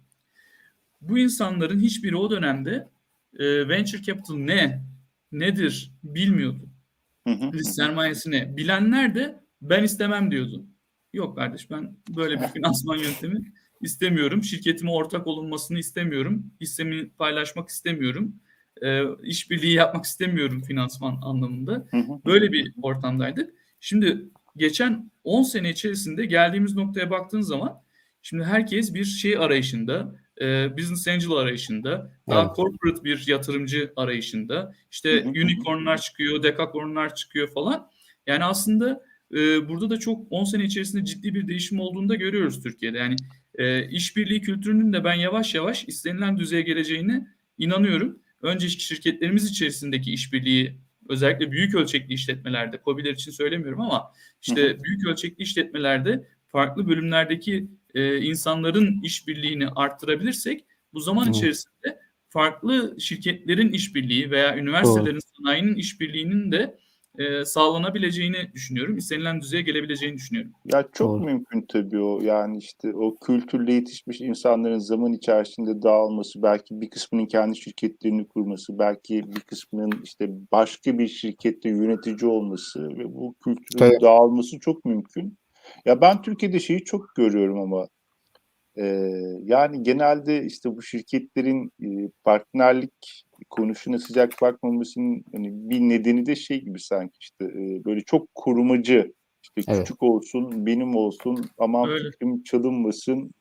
C: Bu insanların hiçbiri o dönemde e, venture capital ne, nedir bilmiyordu.
B: Hı hı
C: Risk
B: hı.
C: sermayesi ne? Bilenler de ben istemem diyordu. Yok kardeş, ben böyle bir finansman yöntemi istemiyorum. Şirketime ortak olunmasını istemiyorum. Hissemi paylaşmak istemiyorum. E, işbirliği yapmak istemiyorum finansman anlamında.
B: Hı hı.
C: Böyle bir ortamdaydık. Şimdi geçen on sene içerisinde geldiğimiz noktaya baktığın zaman şimdi herkes bir şey arayışında, e, business angel arayışında, daha
A: Evet.
C: corporate bir yatırımcı arayışında. İşte
B: Hı hı.
C: unicornlar çıkıyor, dekakornlar çıkıyor falan. Yani aslında e, burada da çok on sene içerisinde ciddi bir değişim olduğunu da görüyoruz Türkiye'de. Yani e, işbirliği kültürünün de ben yavaş yavaş istenilen düzeye geleceğine inanıyorum. Önce şirketlerimiz içerisindeki işbirliği, özellikle büyük ölçekli işletmelerde, KOBİ'ler için söylemiyorum ama
B: Hı hı.
C: işte büyük ölçekli işletmelerde farklı bölümlerdeki e, insanların işbirliğini arttırabilirsek bu zaman
A: Evet.
C: içerisinde farklı şirketlerin işbirliği veya
A: Doğru.
C: üniversitelerin, sanayinin işbirliğinin de e, sağlanabileceğini düşünüyorum. İstenilen düzeye gelebileceğini düşünüyorum.
B: Ya çok
A: Doğru.
B: mümkün tabii o. Yani işte o kültürle yetişmiş insanların zaman içerisinde dağılması, belki bir kısmının kendi şirketlerini kurması, belki bir kısmının işte başka bir şirkette yönetici olması ve bu kültürün
A: Tabii.
B: dağılması çok mümkün. Ya ben Türkiye'de şeyi çok görüyorum ama e, yani genelde işte bu şirketlerin e, partnerlik konusuna sıcak bakmamasının hani bir nedeni de şey gibi sanki işte e, böyle çok korumacı. İşte
A: Evet.
B: küçük olsun, benim olsun, aman
C: Öyle.
B: fikrim çalınmasın.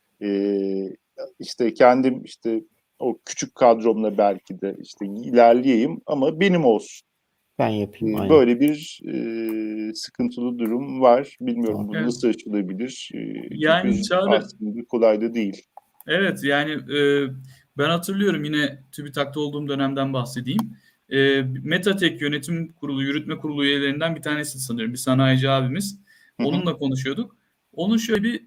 B: Ee, işte kendim işte o küçük kadromla belki de işte ilerleyeyim ama benim olsun.
A: Ben yapayım.
B: Ee,
A: Aynen.
B: böyle bir e, sıkıntılı durum var. Bilmiyorum bu
C: Evet.
B: nasıl aşılabilir. Ee, çünkü
C: Yani Çağrı,
B: aslında kolay da değil.
C: evet yani e, ben hatırlıyorum, yine TÜBİTAK'ta olduğum dönemden bahsedeyim. E, Metatek Yönetim Kurulu, Yürütme Kurulu üyelerinden bir tanesi sanıyorum. Bir sanayici abimiz.
B: Hı hı,
C: Onunla konuşuyorduk. Onun şöyle bir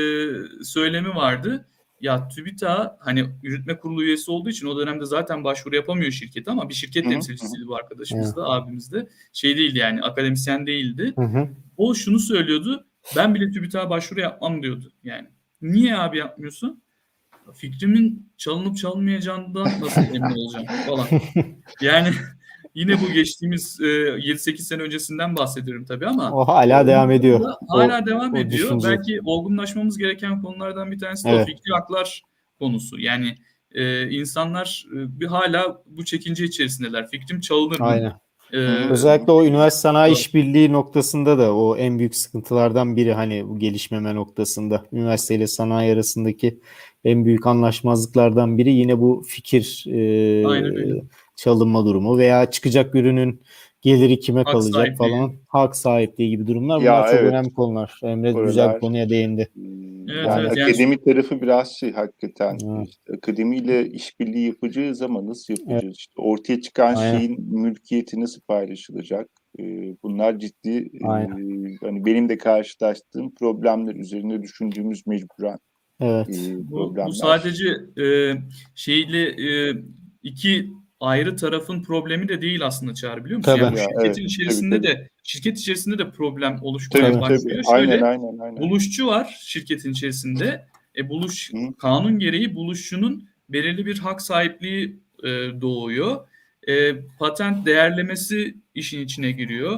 C: e, söylemi vardı. Ya TÜBİTAK hani yürütme kurulu üyesi olduğu için o dönemde zaten başvuru yapamıyor şirkete, ama bir şirket
B: hı hı, hı hı.
C: temsilcisiydi bu arkadaşımız
A: Evet.
C: da, abimiz de. Şey değildi yani, akademisyen değildi.
A: Hı hı.
C: O şunu söylüyordu. Ben bile TÜBİTAK'a başvuru yapmam diyordu. Yani niye abi yapmıyorsun? Fikrimin çalınıp çalınmayacağından nasıl emin olacağım falan. Yani yine bu geçtiğimiz e, yedi sekiz sene öncesinden bahsediyorum tabii ama
A: O hala devam ediyor.
C: da
A: O
C: hala devam
A: o
C: ediyor.
A: düşünce.
C: Belki olgunlaşmamız gereken konulardan bir tanesi de o
A: Evet.
C: fikri haklar konusu. Yani e, insanlar e, bir hala bu çekince içerisindeler. Fikrim çalınır mı?
A: Aynen.
C: E,
B: Hı hı.
A: Özellikle o üniversite sanayi
C: Doğru.
A: işbirliği noktasında da o en büyük sıkıntılardan biri, hani bu gelişmeme noktasında. Üniversite ile sanayi arasındaki en büyük anlaşmazlıklardan biri yine bu fikir
C: Aynen
A: e,
C: öyle.
A: çalınma durumu veya çıkacak ürünün geliri kime
C: Hak
A: kalacak
C: sahipliği.
A: falan, hak sahipliği gibi durumlar. Bunlar
B: Ya
A: çok
B: evet,
A: önemli konular. Emre güzel bir
B: oralar
A: konuya değindi.
B: e,
C: Evet,
B: yani
C: evet. Yani
B: akademi tarafı biraz şey hakikaten
A: Evet.
B: işte akademiyle işbirliği yapacağız ama nasıl
A: Evet,
B: yapacağız? İşte ortaya çıkan
A: aynen.
B: şeyin mülkiyeti nasıl paylaşılacak? E, bunlar ciddi e,
A: Aynen.
B: hani benim de karşılaştığım problemler, üzerinde düşündüğümüz mecburen e,
A: Evet.
C: Bu, bu
B: problemler.
C: sadece e, şeyle e, iki ayrı tarafın problemi de değil aslında Çağrı, biliyor musun? Yani
A: Tabii.
C: bu
B: Ya evet,
C: şirketin
B: tabii
C: içerisinde
B: tabii.
C: de şirket içerisinde de problem oluşmaya
B: Tabii
A: Tabii.
B: tabii.
C: başlıyor.
B: Aynen
C: Şöyle,
B: aynen aynen.
C: buluşçu var şirketin içerisinde. E, buluş
B: Hı
C: kanun gereği buluşçunun belirli bir hak sahipliği e, doğuyor. E, patent değerlemesi işin içine giriyor.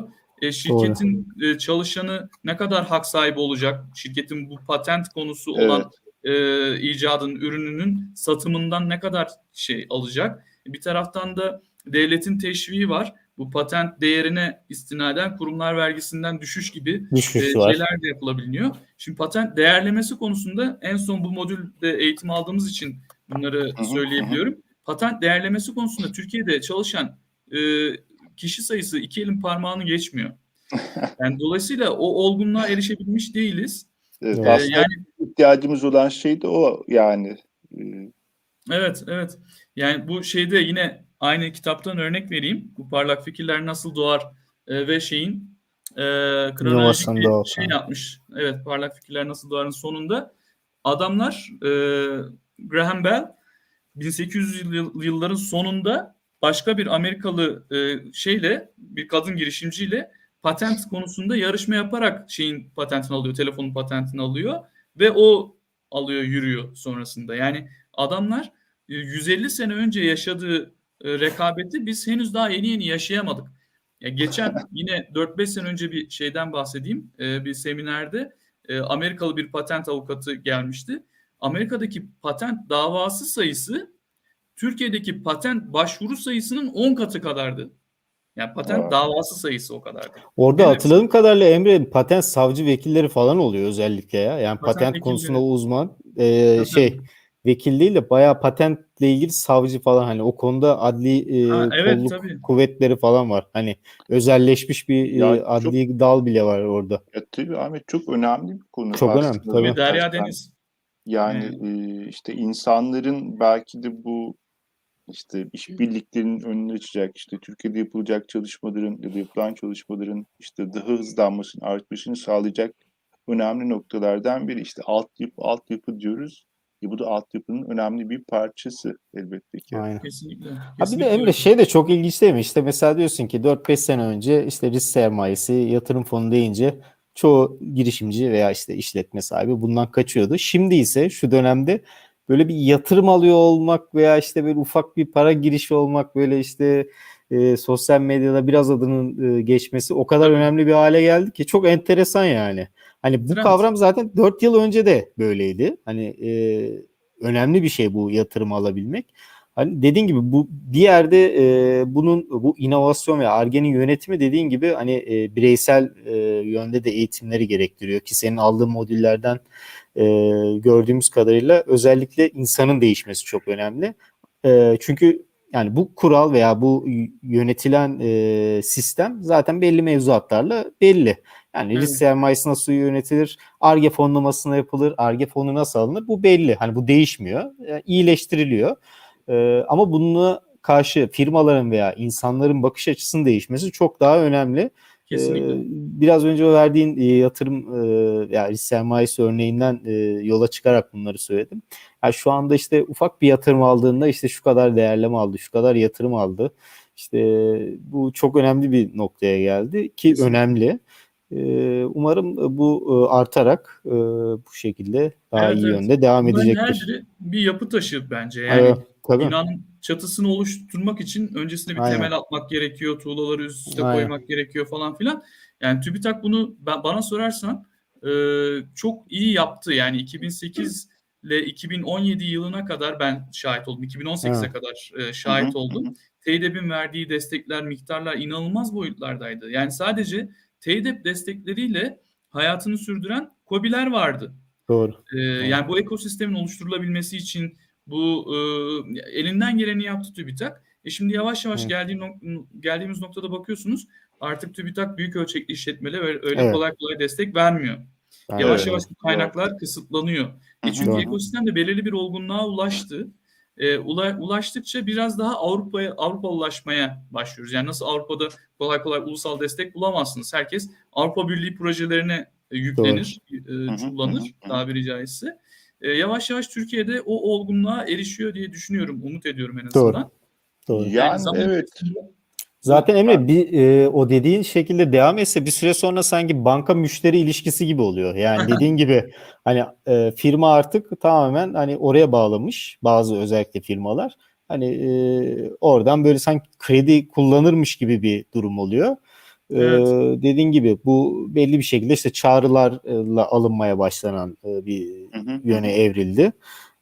C: E, şirketin e, çalışanı ne kadar hak sahibi olacak? Şirketin bu patent konusu olan e, icadın, ürününün satımından ne kadar şey alacak? Bir taraftan da devletin teşviği var. Bu patent değerine istinaden kurumlar vergisinden düşüş gibi e, şeyler de yapılabiliyor. Şimdi patent değerlemesi konusunda en son bu modülde eğitim aldığımız için bunları söyleyebiliyorum. Patent değerlemesi konusunda Türkiye'de çalışan e, kişi sayısı iki elin parmağını geçmiyor. Yani dolayısıyla o olgunluğa erişebilmiş değiliz.
B: Evet, ee, aslında yani ihtiyacımız olan şey de o yani.
C: Evet, evet. Yani bu şeyde yine aynı kitaptan örnek vereyim. Bu parlak fikirler nasıl doğar e, ve şeyin e, kronolojik bir şey yapmış. Evet, parlak fikirler nasıl doğarın sonunda adamlar e, Graham Bell bin sekiz yüz yılların sonunda başka bir Amerikalı e, şeyle bir kadın girişimciyle patent konusunda yarışma yaparak şeyin patentini alıyor, telefonun patentini alıyor ve o alıyor, yürüyor sonrasında. Yani adamlar yüz elli sene önce yaşadığı e, rekabeti biz henüz daha yeni yeni yaşayamadık. Ya geçen yine dört beş sene önce bir şeyden bahsedeyim. E, bir seminerde e, Amerikalı bir patent avukatı gelmişti. Amerika'daki patent davası sayısı Türkiye'deki patent başvuru sayısının on katı kadardı. Yani patent evet. davası sayısı o kadardı.
A: Orada yani, hatırladığım kadarıyla Emre patent savcı vekilleri falan oluyor özellikle ya. Yani patent, patent konusunda uzman e, şey vekil değil de bayağı patentle ilgili savcı falan, hani o konuda adli e, ha, evet, kolluk tabii. kuvvetleri falan var. Hani özelleşmiş bir ya, e, adli çok, dal bile var orada.
B: Ya tabii Ahmet, çok önemli bir konu.
A: Çok aslında. önemli tabii.
C: Ve Derya Deniz.
B: Yani hmm. e, işte insanların belki de bu işte işbirliklerinin önünü açacak, işte Türkiye'de yapılacak çalışmaların ya da yapılan çalışmaların işte daha hızlanmasını, artmasını sağlayacak önemli noktalardan biri. İşte altyapı, altyapı diyoruz. E bu da altyapının önemli bir parçası elbette ki.
A: Aynen.
C: Kesinlikle.
A: Kesinlikle. Ha bir de Emre şey de çok ilginç değil mi? İşte mesela diyorsun ki dört beş sene önce işte risk sermayesi, yatırım fonu deyince çoğu girişimci veya işte işletme sahibi bundan kaçıyordu. Şimdi ise şu dönemde böyle bir yatırım alıyor olmak veya işte böyle ufak bir para girişi olmak, böyle işte e, sosyal medyada biraz adının e, geçmesi o kadar önemli bir hale geldi ki çok enteresan yani. Hani bu Trend. kavram zaten dört yıl önce de böyleydi. Hani e, önemli bir şey bu yatırım alabilmek. Hani dediğin gibi bu bir yerde e, bunun bu inovasyon ve Ar-Ge'nin yönetimi dediğin gibi hani e, bireysel e, yönde de eğitimleri gerektiriyor ki senin aldığın modüllerden e, gördüğümüz kadarıyla özellikle insanın değişmesi çok önemli. E, çünkü yani bu kural veya bu yönetilen e, sistem zaten belli mevzuatlarla belli. Yani risk sermayesi nasıl yönetilir, Ar-Ge fonlaması nasıl yapılır, Ar-Ge fonu nasıl alınır, bu belli. Hani bu değişmiyor, yani iyileştiriliyor. Ee, ama bununla karşı firmaların veya insanların bakış açısının değişmesi çok daha önemli.
C: Kesinlikle.
A: Ee, biraz önce o verdiğin e, yatırım e, ya risk sermayesi örneğinden e, yola çıkarak bunları söyledim. Yani şu anda işte ufak bir yatırım aldığında işte şu kadar değerleme aldı, şu kadar yatırım aldı. İşte bu çok önemli bir noktaya geldi ki Kesinlikle. önemli. Umarım bu artarak bu şekilde daha evet, iyi evet. yönde devam
C: Bunların
A: edecektir.
C: Her biri bir yapı taşı bence. Yani evet, binanın çatısını oluşturmak için öncesinde bir Aynen. temel atmak gerekiyor, tuğlaları üst üste Aynen. koymak gerekiyor falan filan. Yani TÜBİTAK bunu bana sorarsan çok iyi yaptı. Yani iki bin sekiz ile iki bin on yedi yılına kadar ben şahit oldum. iki bin on sekize evet. kadar şahit oldum. TEİDEB'in verdiği destekler, miktarlar inanılmaz boyutlardaydı. Yani sadece TEİDEB destekleriyle hayatını sürdüren KOBİ'ler vardı.
A: Doğru.
C: Ee, Doğru. Yani bu ekosistemin oluşturulabilmesi için bu e, elinden geleni yaptı TÜBİTAK. E şimdi yavaş yavaş geldiğim nok- geldiğimiz noktada bakıyorsunuz artık TÜBİTAK büyük ölçekli işletmelere öyle evet. kolay kolay destek vermiyor. Evet. Yavaş yavaş bu kaynaklar evet. kısıtlanıyor. E çünkü Doğru. ekosistem de belirli bir olgunluğa ulaştı. E, ula, ulaştıkça biraz daha Avrupa'ya Avrupalılaşmaya başlıyoruz. Yani nasıl Avrupa'da kolay kolay ulusal destek bulamazsınız. Herkes Avrupa Birliği projelerine e, yüklenir, e, çullanır tabiri caizse. E, yavaş yavaş Türkiye'de o olgunluğa erişiyor diye düşünüyorum, umut ediyorum en azından.
A: Doğru. Doğru.
B: Yani, yani zaman evet.
A: Zaten Emre bir e, o dediğin şekilde devam etse bir süre sonra sanki banka müşteri ilişkisi gibi oluyor. Yani dediğin gibi hani e, firma artık tamamen hani oraya bağlamış bazı özellikle firmalar. Hani e, oradan böyle sanki kredi kullanırmış gibi bir durum oluyor.
C: Evet.
A: dediğin gibi bu belli bir şekilde işte çağrılarla alınmaya başlanan e, bir
B: Hı hı,
A: yöne
B: hı hı.
A: evrildi.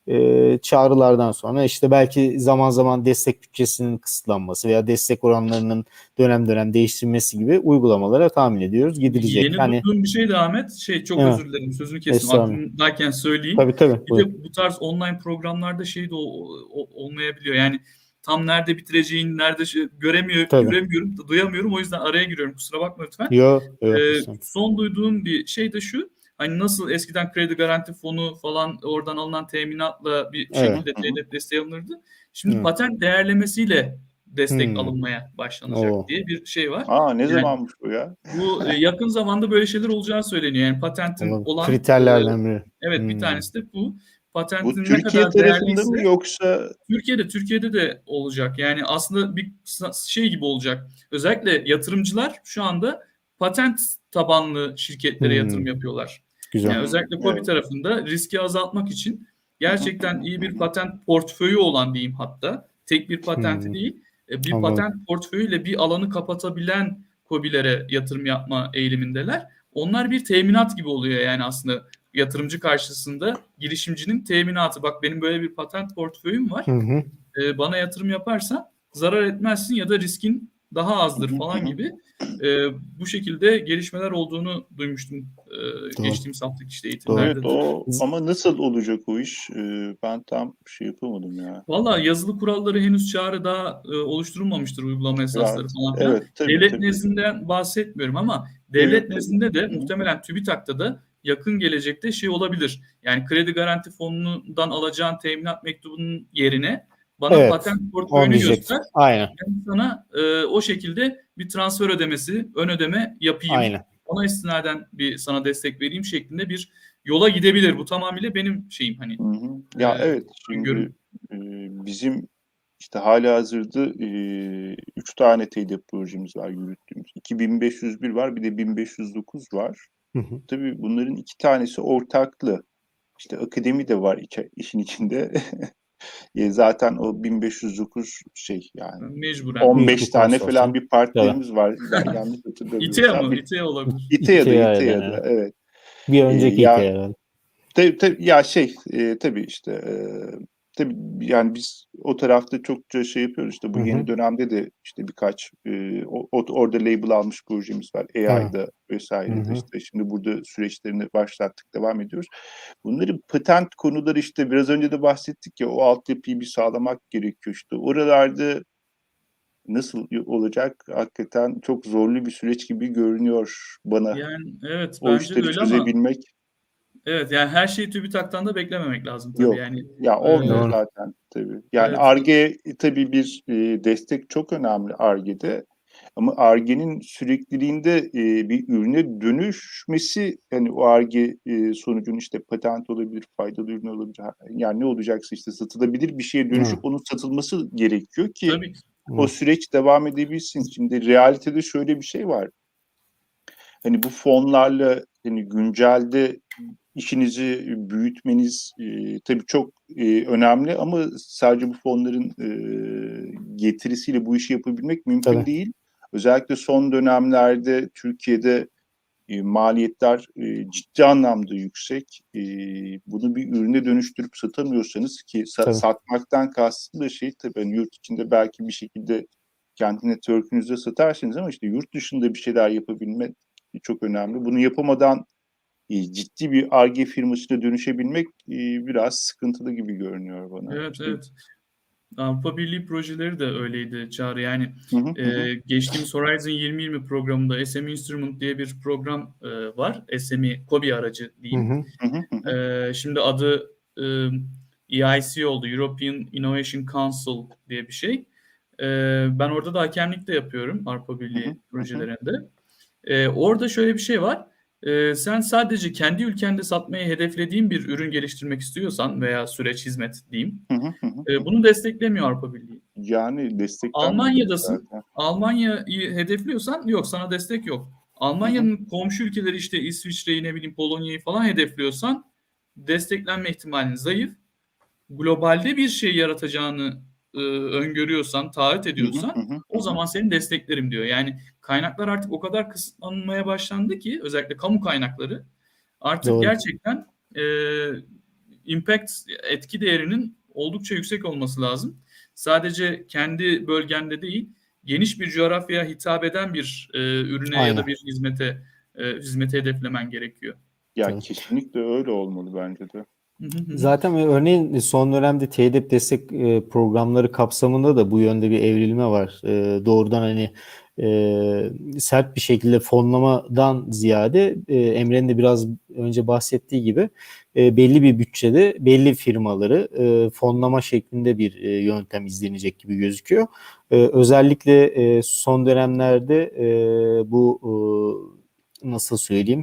A: E, çağrılardan sonra işte belki zaman zaman destek bütçesinin kısıtlanması veya destek oranlarının dönem dönem değiştirilmesi gibi uygulamalara tahmin ediyoruz gidilecek.
C: Yeni
A: Hani
C: duyduğum bir şey de Ahmet, şey çok
A: evet,
C: özür dilerim sözünü kestim
A: estağfurullah.
C: aklımdayken söyleyeyim.
A: Tabii tabii.
C: Bir
A: Buyur.
C: de bu tarz online programlarda şey de o- o- olmayabiliyor. Yani tam nerede bitireceğin, nerede şey, göremiyor,
A: Tabii.
C: göremiyorum, da duyamıyorum. O yüzden araya giriyorum. Kusura bakma lütfen.
A: Yok, yok.
C: Ee,
A: estağfurullah.
C: son duyduğum bir şey de şu. Hani nasıl eskiden kredi garanti fonu falan oradan alınan teminatla bir
A: Evet.
C: şekilde
B: Hı hı.
C: devlet desteği alınırdı. Şimdi
A: Evet.
C: patent değerlemesiyle destek
A: Hmm.
C: alınmaya başlanacak
A: O
C: diye bir şey var.
B: Aa, ne
C: Yani
B: zamanmış bu ya?
C: bu e, yakın zamanda böyle şeyler olacağı söyleniyor. Yani patentin
A: olabilir.
C: olan e,
A: Kriterlerden biri.
C: evet bir
A: Hmm.
C: tanesi de bu.
B: Bu
C: Patentin ne
B: Türkiye
C: kadar
B: tarafında
C: değerliyse
B: mı yoksa?
C: Türkiye'de Türkiye'de de olacak. Yani aslında bir şey gibi olacak. Özellikle yatırımcılar şu anda patent tabanlı şirketlere yatırım
A: Hmm.
C: yapıyorlar.
A: Güzel.
C: Yani
B: Hmm,
C: özellikle KOBİ
B: evet.
C: tarafında riski azaltmak için
B: Hı hı, hı
C: gerçekten
B: hı,
C: iyi
B: hı
C: bir
B: hı.
C: patent portföyü olan diyeyim hatta. Tek bir patenti
A: Hmm.
C: değil, e, bir
A: Anladım.
C: patent portföyüyle bir alanı kapatabilen KOBİ'lere yatırım yapma eğilimindeler. Onlar bir teminat gibi oluyor yani aslında yatırımcı karşısında girişimcinin teminatı. Bak benim böyle bir patent portföyüm var.
A: Hı hı.
C: E, bana yatırım yaparsan zarar etmezsin ya da riskin daha
B: Hı
C: azdır
B: hı, hı
C: falan
B: hı.
C: gibi e, bu şekilde gelişmeler olduğunu duymuştum e,
A: Doğru.
C: geçtiğimiz haftaki işte
A: Doğru.
B: Evet,
C: eğitimlerde de.
B: o ama nasıl olacak o iş? Ee, ben tam şey yapamadım ya.
C: Valla yazılı kuralları henüz çağrı daha e, oluşturulmamıştır uygulama
B: Ya
C: esasları falan filan.
B: evet, tabii
C: Devlet
B: tabii.
C: nezdinden bahsetmiyorum ama
B: Yok yok,
C: devlet
B: tabii.
C: nezdinde de
B: Hı hı.
C: muhtemelen TÜBİTAK'ta da yakın gelecekte şey olabilir. Yani kredi garanti fonundan alacağın teminat mektubunun yerine bana
A: Evet.
C: patent
A: Onu
C: portföyünü göster.
A: diyecektim. Aynen.
C: Ben sana e, o şekilde bir transfer ödemesi, ön ödeme yapayım.
A: Aynen.
C: Ona istinaden bir sana destek vereyim şeklinde bir yola gidebilir. Bu tamamıyla benim şeyim hani
B: Hı hı.
C: e,
B: Ya evet, şimdi
C: öngörüm.
B: e, bizim işte halihazırda e, üç tane T D projemiz var yürüttüğümüz. iki bin beş yüz bir var, bir de bin beş yüz dokuz var.
A: Hı hı.
B: Tabii bunların iki tanesi ortaklı. İşte akademi de var içe- işin içinde. E, zaten o bin beş yüz dokuz şey yani
C: Mecburen.
A: Büyük
B: on beş
A: bir
B: tane falan
A: konsorsiyum.
B: bir
A: Tabii.
B: partnerimiz var. Ya, yanlış
C: İTEA
B: hatırlamıyorsam.
C: mı?
B: Bir,
C: İTEA olabilir.
B: İTEA'da,
A: İKEA ile
B: İTEA'da
A: yani.
B: evet.
A: Bir
B: E,
A: önceki
B: ya
A: Ikea herhalde.
B: tabii, tabii, ya şey e, tabii işte e, tabii yani biz o tarafta çokça şey yapıyoruz işte
A: Hı
B: bu yeni
A: hı.
B: dönemde de işte birkaç e, o, o- orada label almış projemiz var
A: Evet.
B: A I'da
A: Hı
B: vesaire de
A: hı.
B: işte şimdi burada süreçlerini başlattık devam ediyoruz. Bunların patent konuları işte biraz önce de bahsettik ya o altyapıyı bir sağlamak gerekiyor işte oralarda nasıl olacak hakikaten çok zorlu bir süreç gibi görünüyor bana
C: Yani evet
B: o
C: bence de
B: işleri
C: öyle ama
B: çözebilmek.
C: evet yani her şeyi TÜBİTAK'tan da beklememek lazım tabii
B: Yok.
C: yani.
B: Ya
C: E,
B: olmuyor
A: Doğru.
B: zaten tabii. Yani
C: evet
B: Ar-Ge tabii bir e, destek çok önemli Ar-Ge'de. Ama Ar-Ge'nin sürekliliğinde e, bir ürüne dönüşmesi yani o Ar-Ge e, sonucun işte patent olabilir, faydalı ürün olabilir. Ha- Yani ne olacaksa işte satılabilir bir şeye dönüşüp
A: Hı.
B: onun satılması gerekiyor ki
C: tabii ki.
B: o
A: Hı.
B: süreç devam edebilsin. Şimdi realitede şöyle bir şey var. Hani bu fonlarla hani güncelde işinizi büyütmeniz e, tabii çok e, önemli ama sadece bu fonların e, getirisiyle bu işi yapabilmek mümkün
A: Tabii.
B: değil. Özellikle son dönemlerde Türkiye'de e, maliyetler e, ciddi anlamda yüksek. E, bunu bir ürüne dönüştürüp satamıyorsanız ki sa-
A: Tabii.
B: satmaktan kastım da şey tabii hani yurt içinde belki bir şekilde kendi network'ünüzde satarsınız ama işte yurt dışında bir şeyler yapabilmek çok önemli. Bunu yapamadan e, ciddi bir Ar-Ge firmasına dönüşebilmek e, biraz sıkıntılı gibi görünüyor bana.
C: Evet
B: İşte
C: evet. Avrupa Birliği projeleri de öyleydi Çağrı. Yani
B: hı hı hı hı
C: e, geçtiğimiz Horizon yirmi yirmi programında S M E Instrument diye bir program e, var. S M E KOBİ aracı
A: Hı
C: diyeyim.
A: hı.
B: hı hı hı
C: E, şimdi adı e, E I C oldu. European Innovation Council diye bir şey. E, ben orada da hakemlik de yapıyorum Avrupa
B: hı hı
C: Birliği
B: hı hı
C: projelerinde. E, orada şöyle bir şey var. E, sen sadece kendi ülkende satmayı hedeflediğin bir ürün geliştirmek istiyorsan veya süreç hizmet diyeyim.
B: hı hı hı
C: E,
B: hı.
C: bunu desteklemiyor Avrupa Birliği.
B: Yani desteklenmemeli
C: Almanya'dasın.
B: zaten.
C: Almanya'yı hedefliyorsan yok sana destek yok.
B: Hı hı
C: Almanya'nın komşu ülkeleri işte İsviçre'yi ne bileyim Polonya'yı falan hedefliyorsan desteklenme ihtimalin zayıf. Globalde bir şey yaratacağını e, öngörüyorsan, taahhüt
B: Hı hı,
C: ediyorsan
B: hı hı,
C: o
B: hı.
C: zaman seni desteklerim diyor. Yani kaynaklar artık o kadar kısıtlanmaya başlandı ki, özellikle kamu kaynakları artık
A: Doğru.
C: gerçekten e, impact, etki değerinin oldukça yüksek olması lazım. Sadece kendi bölgende değil, geniş bir coğrafyaya hitap eden bir e, ürüne ya da
A: Aynen.
C: bir hizmete e, hizmete hedeflemen gerekiyor.
B: Ya
A: Tabii.
B: kesinlikle öyle olmalı bence de.
C: Hı hı hı.
A: Zaten örneğin son dönemde TEDep destek e, programları kapsamında da bu yönde bir evrilme var. E, doğrudan hani e, sert bir şekilde fonlamadan ziyade e, Emre'nin de biraz önce bahsettiği gibi e, belli bir bütçede belli firmaları e, fonlama şeklinde bir e, yöntem izlenecek gibi gözüküyor. E, özellikle e, son dönemlerde e, bu e, nasıl söyleyeyim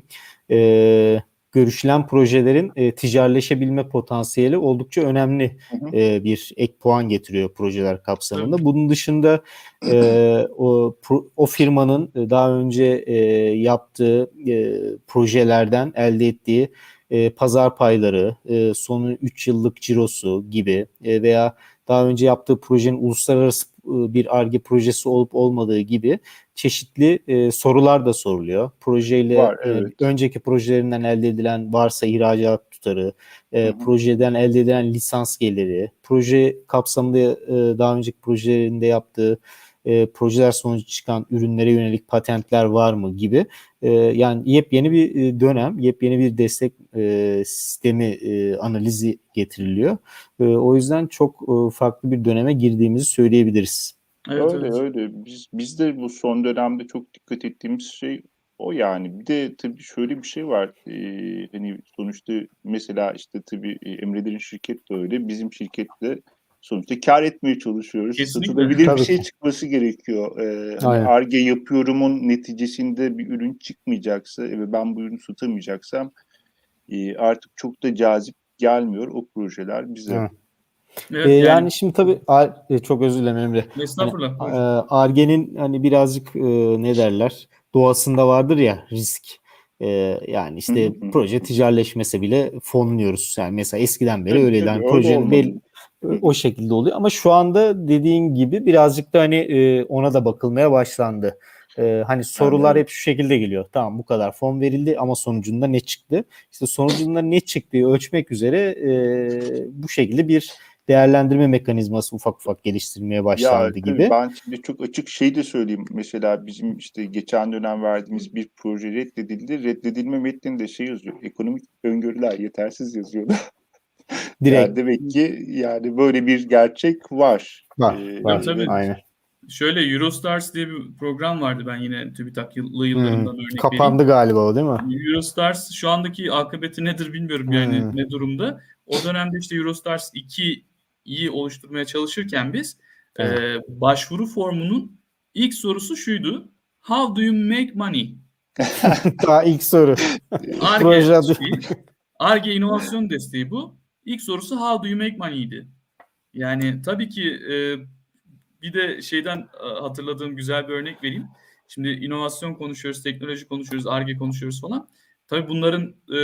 A: e, görüşülen projelerin e, ticaretleşebilme potansiyeli oldukça önemli
B: Hı hı.
A: e, bir ek puan getiriyor projeler kapsamında.
C: Tabii.
A: Bunun dışında e, o, pro, o firmanın daha önce e, yaptığı e, projelerden elde ettiği e, pazar payları, e, sonu üç yıllık cirosu gibi e, veya daha önce yaptığı projenin uluslararası e, bir Ar-Ge projesi olup olmadığı gibi çeşitli e, sorular da soruluyor. Projeyle
B: Var,
A: e,
B: evet.
A: önceki projelerinden elde edilen varsa ihracat tutarı, e,
B: Hı hı.
A: projeden elde edilen lisans geliri, proje kapsamında e, daha önceki projelerinde yaptığı e, projeler sonucu çıkan ürünlere yönelik patentler var mı gibi. E, yani yepyeni bir e, dönem, yepyeni bir destek e, sistemi e, analizi getiriliyor. E, o yüzden çok e, farklı bir döneme girdiğimizi söyleyebiliriz.
C: Evet,
B: Öyle
C: evet.
B: öyle. Biz biz de bu son dönemde çok dikkat ettiğimiz şey o yani. Bir de tabii şöyle bir şey var. Ee, hani sonuçta mesela işte tabii e, Emre'lerin şirket de öyle. Bizim şirket de sonuçta kar etmeye çalışıyoruz.
C: Kesinlikle.
B: Satılabilir bir
A: Tabii
B: şey
A: ki.
B: çıkması gerekiyor. Ee, hani
A: Aynen.
B: Ar-Ge yapıyorumun neticesinde bir ürün çıkmayacaksa ve ben bu ürünü satamayacaksam e, artık çok da cazip gelmiyor o projeler bize.
A: Evet. E,
C: Evet, yani
A: yani şimdi tabii Ar- e, çok özür dilerim Emre. Hani
C: estağfurullah.
A: e,
C: Buyur.
A: Ar-Ge'nin hani birazcık e, ne derler doğasında vardır ya risk. E, yani
B: Hı hı
A: işte
B: hı.
A: proje ticaretleşmese bile fonluyoruz. Yani mesela eskiden beri
B: Tabii
A: öyleydi.
B: tabii
A: Yani
B: öyle
A: projenin bel
B: olmalı. Hı hı.
A: o şekilde oluyor. Ama şu anda dediğin gibi birazcık da hani e, ona da bakılmaya başlandı. E, hani
B: Yani
A: sorular
B: evet.
A: hep şu şekilde geliyor. Tamam bu kadar fon verildi ama sonucunda ne çıktı? İşte sonucunda ne çıktığı ölçmek üzere e, bu şekilde bir değerlendirme mekanizması ufak ufak geliştirmeye
B: Ya
A: başlandı
B: tabii
A: gibi.
B: ben şimdi çok açık şey de söyleyeyim. Mesela bizim işte geçen dönem verdiğimiz bir proje reddedildi. Reddedilme metninde şey yazıyor. Ekonomik öngörüler yetersiz yazıyordu. Yani
A: Direkt
B: demek ki yani böyle bir gerçek var. Ee,
A: var,
C: Tabii,
A: var.
C: tabii.
B: ve
A: Aynen.
C: Şöyle Eurostars diye bir program vardı, ben yine TÜBİTAK yıllı
A: Hmm.
C: yıllarından örnek vereyim.
A: Kapandı galiba o değil mi?
C: Eurostars şu andaki akıbeti nedir bilmiyorum, yani
A: Hmm.
C: ne durumda. O dönemde işte Eurostars ikiyi oluşturmaya çalışırken biz e,
A: Evet.
C: başvuru formunun ilk sorusu şuydu: How do you make money?
A: Daha ilk soru.
C: Ar-Ge
A: Proje adı.
C: şeyi, Ar-Ge inovasyon desteği bu. İlk sorusu How do you make money'ydi. Yani tabii ki e, bir de şeyden e, hatırladığım güzel bir örnek vereyim. Şimdi inovasyon konuşuyoruz, teknoloji konuşuyoruz, Ar-Ge konuşuyoruz falan. Tabii bunların e,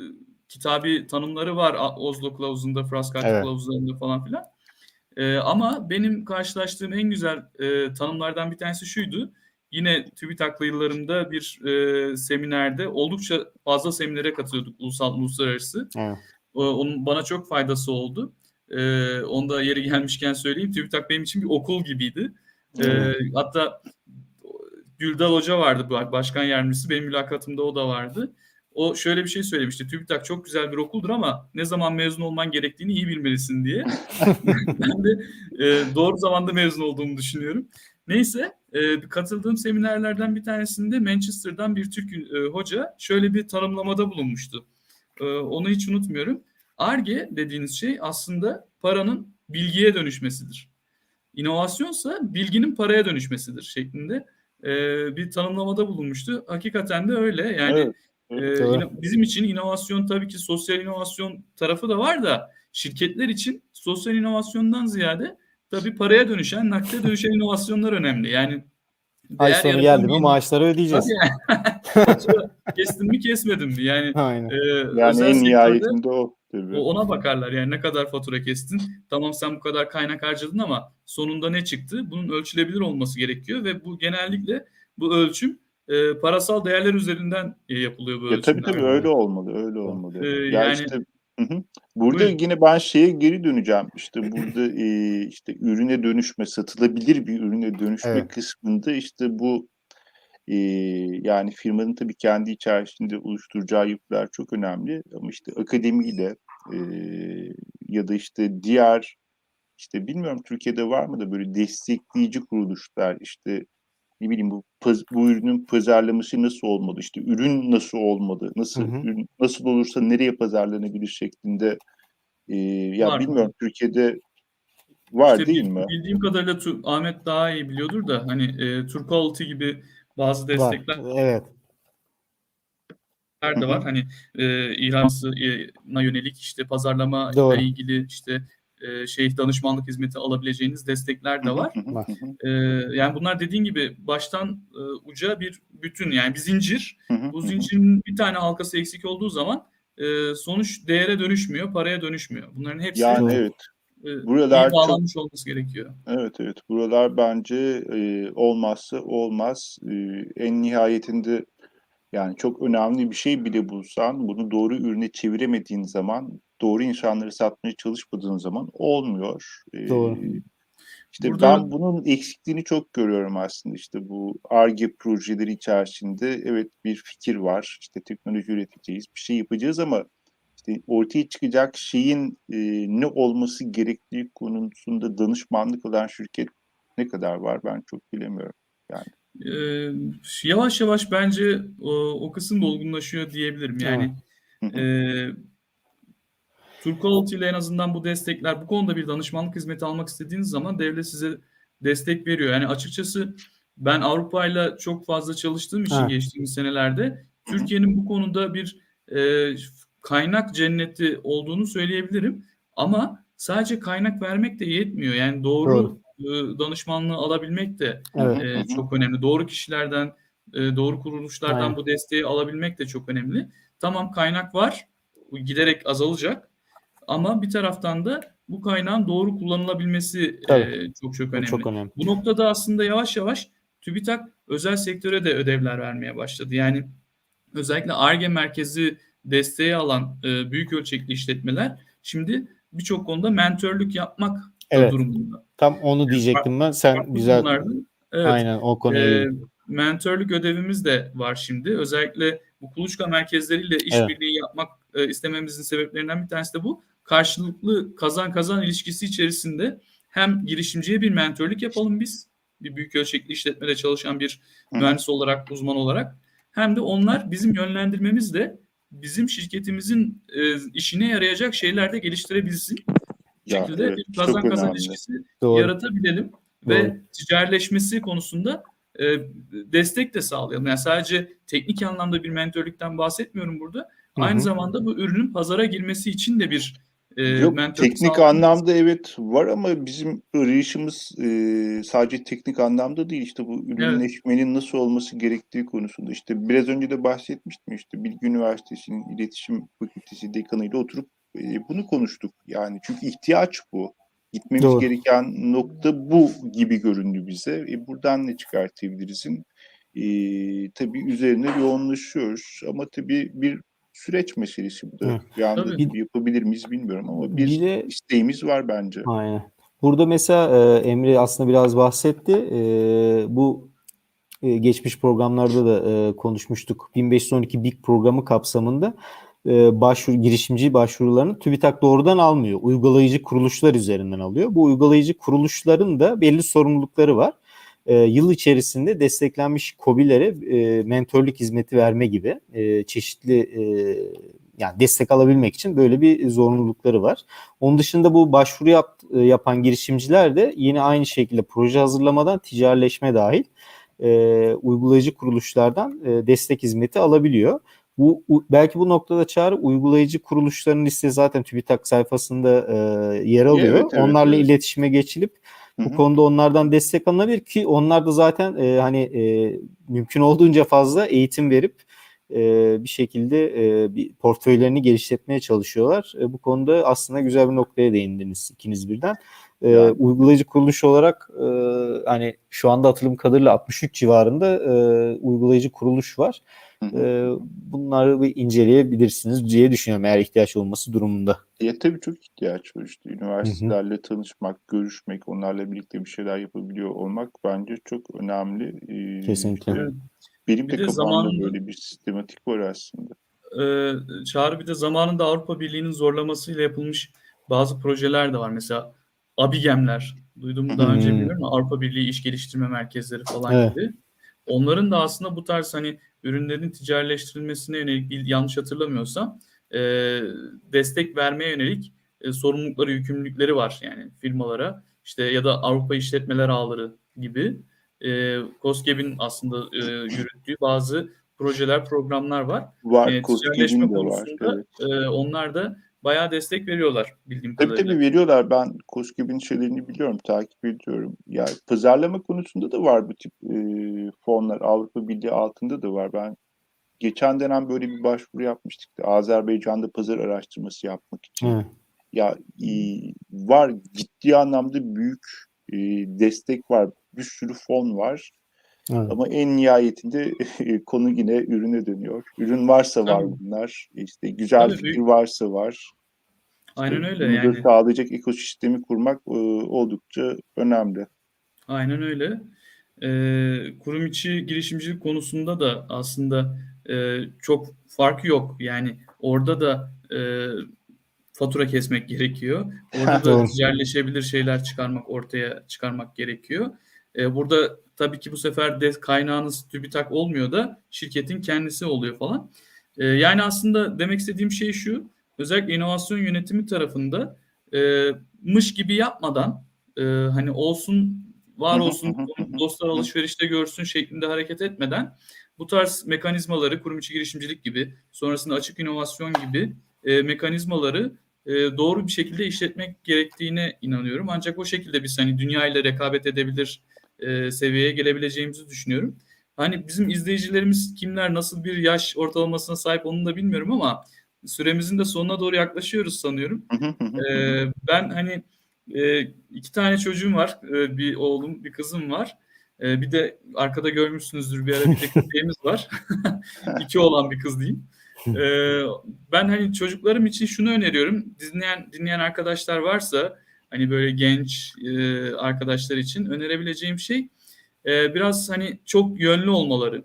C: kitabi tanımları var. A- Oslo Kılavuzu'nda, Frascati
A: Evet.
C: Kılavuzu'nda falan filan. E, ama benim karşılaştığım en güzel e, tanımlardan bir tanesi şuydu. Yine TÜBİTAK'lı yıllarımda bir e, seminerde, oldukça fazla seminere katılıyorduk, ulusal, uluslararası.
A: Evet.
C: O- Onun bana çok faydası oldu. Ee, onu da yeri gelmişken söyleyeyim. TÜBİTAK benim için bir okul gibiydi. Ee,
A: Hmm.
C: hatta Güldal Hoca vardı, bu başkan yardımcısı. Benim mülakatımda o da vardı. O şöyle bir şey söylemişti: TÜBİTAK çok güzel bir okuldur ama ne zaman mezun olman gerektiğini iyi bilmelisin diye. Ben de e, doğru zamanda mezun olduğumu düşünüyorum. Neyse, e, katıldığım seminerlerden bir tanesinde Manchester'dan bir Türk e, hoca şöyle bir tanımlamada bulunmuştu. E, onu hiç unutmuyorum. Ar-Ge dediğiniz şey aslında paranın bilgiye dönüşmesidir. İnovasyonsa bilginin paraya dönüşmesidir şeklinde e, bir tanımlamada bulunmuştu. Hakikaten de öyle. Yani
B: evet,
C: e,
B: evet.
A: Doğru.
C: bizim için inovasyon, tabii ki sosyal inovasyon tarafı da var da, şirketler için sosyal inovasyondan ziyade tabii paraya dönüşen, nakde dönüşen inovasyonlar önemli. Yani
A: Ay
C: değer
A: sonu geldi mi
C: yaratamayan
A: maaşları
C: tabii
A: ödeyeceğiz.
C: yani fatura kestim mi kesmedim mi? Yani
A: Aynen.
C: e,
B: Yani
C: özel
B: en
C: sektörde
B: nihayetinde o tabii.
C: o ona bakarlar. Yani ne kadar fatura kestin? Tamam sen bu kadar kaynak harcadın ama sonunda ne çıktı? Bunun ölçülebilir olması gerekiyor ve bu genellikle bu ölçüm e, parasal değerler üzerinden e, yapılıyor bu
B: Ya tabii
C: ölçümler.
B: tabii öyle olmalı, öyle
A: Doğru.
B: olmalı.
C: E,
B: Ya
C: yani
B: işte hı hı. Burada
C: buyurun.
B: yine ben şeye geri döneceğim. İşte burada e, işte ürüne dönüşme, satılabilir bir ürüne dönüşme
A: Evet.
B: kısmında işte bu e, yani firmanın tabii kendi içerisinde oluşturacağı yükler çok önemli. Ama işte akademiyle e, ya da işte diğer işte bilmiyorum Türkiye'de var mı da böyle destekleyici kuruluşlar işte ne bileyim bu paz- bu ürünün pazarlaması nasıl olmalı? İşte ürün nasıl olmalı?
A: Hı
B: Nasıl
A: hı.
B: ürün nasıl olursa nereye pazarlanabilir şeklinde e, ya
C: Var var.
B: bilmiyorum Türkiye'de var
C: İşte
B: değil
C: bil-
B: mi?
C: bildiğim kadarıyla Tu- Ahmet daha iyi biliyordur da hani e, Tur Quality gibi bazı
A: Var.
C: destekler
A: Evet.
B: Hı
C: de var.
B: hı.
C: Hani e, İHA'na yönelik işte pazarlama ile
A: Doğru.
C: ilgili işte e, şey danışmanlık hizmeti alabileceğiniz destekler
B: Hı
C: de
B: hı,
C: var.
B: hı hı,
A: Var.
B: hı hı,
C: E, Yani bunlar dediğin gibi baştan e, uca bir bütün yani bir zincir.
B: hı hı,
C: Bu
B: hı hı.
C: zincirin bir tane halkası eksik olduğu zaman e, sonuç değere dönüşmüyor, paraya dönüşmüyor. Bunların hepsi
B: Yani
A: Doğru.
B: evet.
C: e, iyi
B: Buralar çok
C: bağlanmış olması gerekiyor.
B: evet evet. Buralar bence e, olmazsa olmaz. E, en nihayetinde yani çok önemli bir şey bile bulsan bunu doğru ürüne çeviremediğin zaman doğru insanları satmaya çalışmadığın zaman olmuyor. E,
A: Doğru.
B: İşte
C: Burada
B: ben bunun eksikliğini çok görüyorum aslında işte bu Ar-Ge projeleri içerisinde evet bir fikir var işte teknoloji üreteceğiz bir şey yapacağız ama işte ortaya çıkacak şeyin e, ne olması gerektiği konusunda danışmanlık alan şirket ne kadar var ben çok bilemiyorum yani.
C: Ee, yavaş yavaş bence o, o kısım da olgunlaşıyor diyebilirim.
A: Evet.
C: Yani
B: Hı
C: e,
B: hı,
C: Turquoise ile en azından bu destekler, bu konuda bir danışmanlık hizmeti almak istediğiniz zaman devlet size destek veriyor. Yani açıkçası ben Avrupa ile çok fazla çalıştığım için
A: Evet.
C: geçtiğimiz senelerde
B: hı hı,
C: Türkiye'nin bu konuda bir e, kaynak cenneti olduğunu söyleyebilirim. Ama sadece kaynak vermek de yetmiyor. Yani
A: Doğru.
C: doğru e, danışmanlığı alabilmek de
B: hı hı,
A: Evet.
B: hı
C: e,
B: hı.
C: çok önemli. Doğru kişilerden, e, doğru kuruluşlardan
A: Aynen.
C: bu desteği alabilmek de çok önemli. Tamam kaynak var, bu giderek azalacak. Ama bir taraftan da bu kaynağın doğru kullanılabilmesi
A: Tabii.
C: e, çok çok
A: O çok
C: önemli.
A: önemli.
C: Bu noktada aslında yavaş yavaş TÜBİTAK özel sektöre de ödevler vermeye başladı. Yani özellikle Ar-Ge merkezi desteği alan e, büyük ölçekli işletmeler şimdi birçok konuda mentörlük yapmak da
A: Evet.
C: durumunda.
A: Tam onu
C: Yani farklı,
A: diyecektim ben. Sen
C: farklı
A: güzel
C: konularda evet
A: aynen o konuya
C: e,
A: girdin.
C: mentörlük ödevimiz de var şimdi. Özellikle bu kuluçka merkezleriyle
A: Evet.
C: işbirliği yapmak e, istememizin sebeplerinden bir tanesi de bu. Karşılıklı kazan kazan ilişkisi içerisinde hem girişimciye bir mentörlük yapalım biz, bir büyük ölçekli işletmede çalışan bir
B: Hı hı.
C: mühendis olarak, uzman olarak, hem de onlar bizim yönlendirmemizle bizim şirketimizin e, işine yarayacak şeyler de geliştirebilsin. Bu
B: Ya
C: şekilde
B: evet
C: bir
B: çok
C: kazan kazan
B: önemli.
C: ilişkisi
A: Doğru.
C: yaratabilelim
A: Doğru.
C: ve ticarileşmesi konusunda e, destek de sağlayalım. Yani sadece teknik anlamda bir mentörlükten bahsetmiyorum burada.
A: Hı
C: Aynı
A: hı.
C: zamanda bu ürünün pazara girmesi için de bir e,
B: Yok
C: mentörlük
B: teknik
C: sağlamamız.
B: anlamda evet var ama bizim arayışımız e, sadece teknik anlamda değil işte bu
C: Evet,
B: ürünleşmenin nasıl olması gerektiği konusunda işte biraz önce de bahsetmiştim işte Bilgi Üniversitesi'nin iletişim fakültesi dekanıyla oturup e, bunu konuştuk yani çünkü ihtiyaç bu gitmemiz
A: Doğru.
B: gereken nokta bu gibi göründü bize e, buradan ne çıkartabilirizin e, tabii üzerine yoğunlaşıyoruz ama tabii bir süreç meselesi bu da.
A: Hı.
B: Bir anda
C: tabii.
A: Bir,
B: tabii yapabilir miyiz bilmiyorum ama
A: bir
B: bir
A: de
B: isteğimiz var bence.
A: aynen. Burada mesela e, Emre aslında biraz bahsetti. E, bu e, geçmiş programlarda da e, konuşmuştuk. bin beş yüz on iki B İ K programı kapsamında e, başvuru girişimci başvurularını TÜBİTAK doğrudan almıyor. Uygulayıcı kuruluşlar üzerinden alıyor. Bu uygulayıcı kuruluşların da belli sorumlulukları var. E, yıl içerisinde desteklenmiş KOBİ'lere e, mentörlük hizmeti verme gibi e, çeşitli e, yani destek alabilmek için böyle bir zorunlulukları var. Onun dışında bu başvuru yap, yapan girişimciler de yine aynı şekilde proje hazırlamadan ticarileşme dahil e, uygulayıcı kuruluşlardan e, destek hizmeti alabiliyor. Bu u, belki bu noktada Çağrı uygulayıcı kuruluşların listesi zaten TÜBİTAK sayfasında e, yer
B: Ya
A: alıyor.
B: evet evet
A: Onlarla
B: evet.
A: iletişime geçilip
B: Hı
A: Bu
B: hı.
A: konuda onlardan destek alınabilir ki onlar da zaten e, hani e, mümkün olduğunca fazla eğitim verip e, bir şekilde e, bir portföylerini geliştirmeye çalışıyorlar. E, bu konuda aslında güzel bir noktaya değindiniz ikiniz birden. E,
B: Yani.
A: uygulayıcı kuruluş olarak e, hani şu anda hatırladığım kadarıyla altmış üç civarında e, uygulayıcı kuruluş var.
B: Hı hı.
A: E, bunları bir inceleyebilirsiniz diye düşünüyorum eğer ihtiyaç olması durumunda.
B: Ya tabii çok ihtiyaç var işte.
A: Hı hı.
B: Üniversitelerle tanışmak, görüşmek, onlarla birlikte bir şeyler yapabiliyor olmak bence çok önemli. Ee,
A: Kesinlikle.
B: işte
C: Evet.
B: benim
C: Bir
B: de
C: de
B: kafamda
C: zamanında
B: böyle bir sistematik var aslında.
C: Ee, Çağrı bir de zamanında Avrupa Birliği'nin zorlamasıyla yapılmış bazı projeler de var. Mesela ABİGEM'ler. Duydun
B: Hı
C: mu
B: hı.
C: daha önce
A: Hmm.
C: bilmiyorum ama Avrupa Birliği İş Geliştirme Merkezleri falan
A: Evet.
C: gibi. Onların da aslında bu tarz hani ürünlerin ticarileştirilmesine yönelik bil- yanlış hatırlamıyorsam e, destek vermeye yönelik e, sorumlulukları, yükümlülükleri var yani firmalara. İşte ya da Avrupa İşletmeler Ağları gibi e, KOSGEB'in aslında e, yürüttüğü bazı projeler, programlar var.
B: Var,
C: E, ticaretleşme
B: KOSGEB'in de var.
C: konusunda
B: Evet.
C: e, onlar da bayağı destek veriyorlar bildiğim
B: Tabii
C: kadarıyla.
B: tabii veriyorlar. Ben KOSGEB'in şeylerini biliyorum, takip ediyorum. Ya pazarlama konusunda da var bu tip e, fonlar. Avrupa Birliği altında da var. Ben geçen dönem böyle bir başvuru yapmıştık. Azerbaycan'da pazar araştırması yapmak için.
A: Evet.
B: Ya e, var ciddi anlamda büyük e, destek var. Bir sürü fon var.
A: Evet.
B: Ama en nihayetinde konu yine ürüne dönüyor. Ürün varsa var
C: Tabii,
B: bunlar. İşte güzel
C: tabii
B: fikir
C: büyük.
B: varsa var. İşte
C: Aynen öyle
B: bunu da
C: yani.
B: sağlayacak ekosistemi kurmak e, oldukça önemli.
C: Aynen öyle. Ee, kurum içi girişimcilik konusunda da aslında e, çok fark yok. Yani orada da e, fatura kesmek gerekiyor. Orada da
A: Doğru.
C: ticaretleşebilir şeyler çıkarmak, ortaya çıkarmak gerekiyor. Ee, burada tabii ki bu sefer de kaynağınız TÜBİTAK olmuyor da şirketin kendisi oluyor falan. Ee, yani aslında demek istediğim şey şu, özellikle inovasyon yönetimi tarafında e, mış gibi yapmadan e, hani olsun, var olsun, dostlar alışverişte görsün şeklinde hareket etmeden bu tarz mekanizmaları, kurum içi girişimcilik gibi, sonrasında açık inovasyon gibi e, mekanizmaları e, doğru bir şekilde işletmek gerektiğine inanıyorum. Ancak o şekilde biz hani dünya ile rekabet edebilir e, seviyeye gelebileceğimizi düşünüyorum. Hani bizim izleyicilerimiz kimler, nasıl bir yaş ortalamasına sahip onu da bilmiyorum ama süremizin de sonuna doğru yaklaşıyoruz sanıyorum. E, ben hani e, iki tane çocuğum var. E, bir oğlum, bir kızım var. E, bir de arkada görmüşsünüzdür bir ara bir de köpeğimiz var. İki oğlan bir kız diyeyim. Ee, ben hani çocuklarım için şunu öneriyorum. Dinleyen dinleyen arkadaşlar varsa hani böyle genç e, arkadaşlar için önerebileceğim şey e, biraz hani çok yönlü olmaları.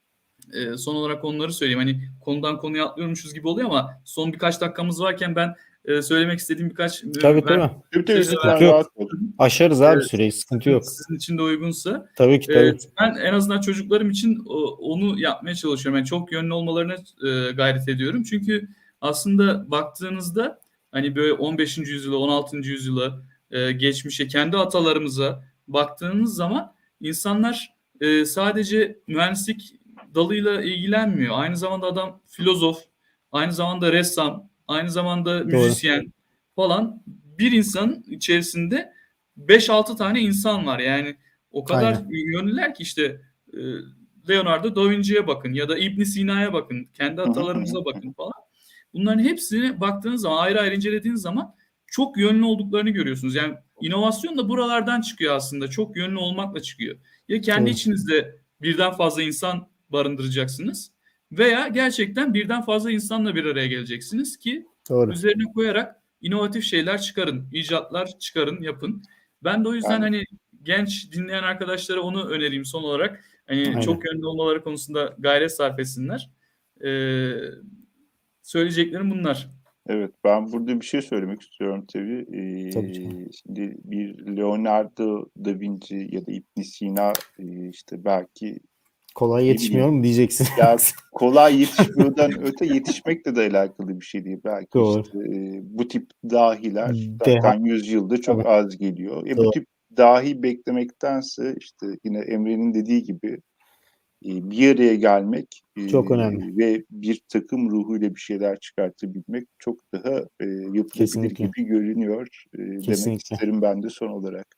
C: E, son olarak onları söyleyeyim. Hani konudan konuya atlıyormuşuz gibi oluyor ama son birkaç dakikamız varken ben e, söylemek istediğim birkaç e,
A: Tabii
C: ver,
A: tabii.
B: Tabii tabii
C: mesajı
B: lütfen
A: Sıkıntı
C: vermek
A: yok.
B: rahat ol.
A: Aşarız
C: e,
A: abi süreyi. Sıkıntı
C: sizin,
A: yok.
C: sizin için de uygunsa.
A: Tabii ki
C: E,
A: tabii.
C: ben en azından çocuklarım için o, onu yapmaya çalışıyorum. Yani çok yönlü olmalarına e, gayret ediyorum. Çünkü aslında baktığınızda hani böyle on beşinci yüzyıla, on altıncı yüzyıla e, geçmişe, kendi atalarımıza baktığınız zaman insanlar e, sadece mühendislik dalıyla ilgilenmiyor. Aynı zamanda adam filozof, aynı zamanda ressam, aynı zamanda
A: Doğru.
C: müzisyen falan. Bir insanın içerisinde beş altı tane insan var. Yani o kadar
A: Aynen.
C: yönlüler ki işte e, Leonardo da Vinci'ye bakın ya da İbn Sina'ya bakın, kendi atalarımıza bakın falan. Bunların hepsine baktığınız zaman, ayrı ayrı incelediğiniz zaman çok yönlü olduklarını görüyorsunuz. Yani inovasyon da buralardan çıkıyor aslında. Çok yönlü olmakla çıkıyor. Ya kendi
A: Doğru.
C: içinizde birden fazla insan barındıracaksınız veya gerçekten birden fazla insanla bir araya geleceksiniz ki
A: Doğru.
C: üzerine koyarak inovatif şeyler çıkarın, icatlar çıkarın, yapın. Ben de o yüzden
B: Yani
C: hani genç dinleyen arkadaşlara onu önereyim son olarak. Hani
A: Aynen.
C: çok yönlü olmaları konusunda gayret sarf etsinler. Ee, söyleyeceklerim bunlar.
B: evet, ben burada bir şey söylemek istiyorum tabii.
A: Tabii canım.
B: Ee, şimdi bir Leonardo da Vinci ya da İbn Sina e, işte belki
A: Kolay
B: ne
A: yetişmiyor
B: bileyim
A: mu diyeceksin.
B: ya kolay yetişmiyordan öte yetişmekle de alakalı bir şey değil. Belki
A: Doğru.
B: işte e, bu tip dahiler
A: Deha.
B: zaten yüzyılda çok
A: Tabii.
B: az geliyor. E bu
A: Doğru.
B: tip dahi beklemektense işte yine Emre'nin dediği gibi e, bir araya gelmek e,
A: Çok önemli.
B: ve bir takım ruhuyla bir şeyler çıkartabilmek çok daha e, yapılabilir
A: Kesinlikle.
B: gibi görünüyor e, demek
A: Kesinlikle.
B: isterim ben de son olarak.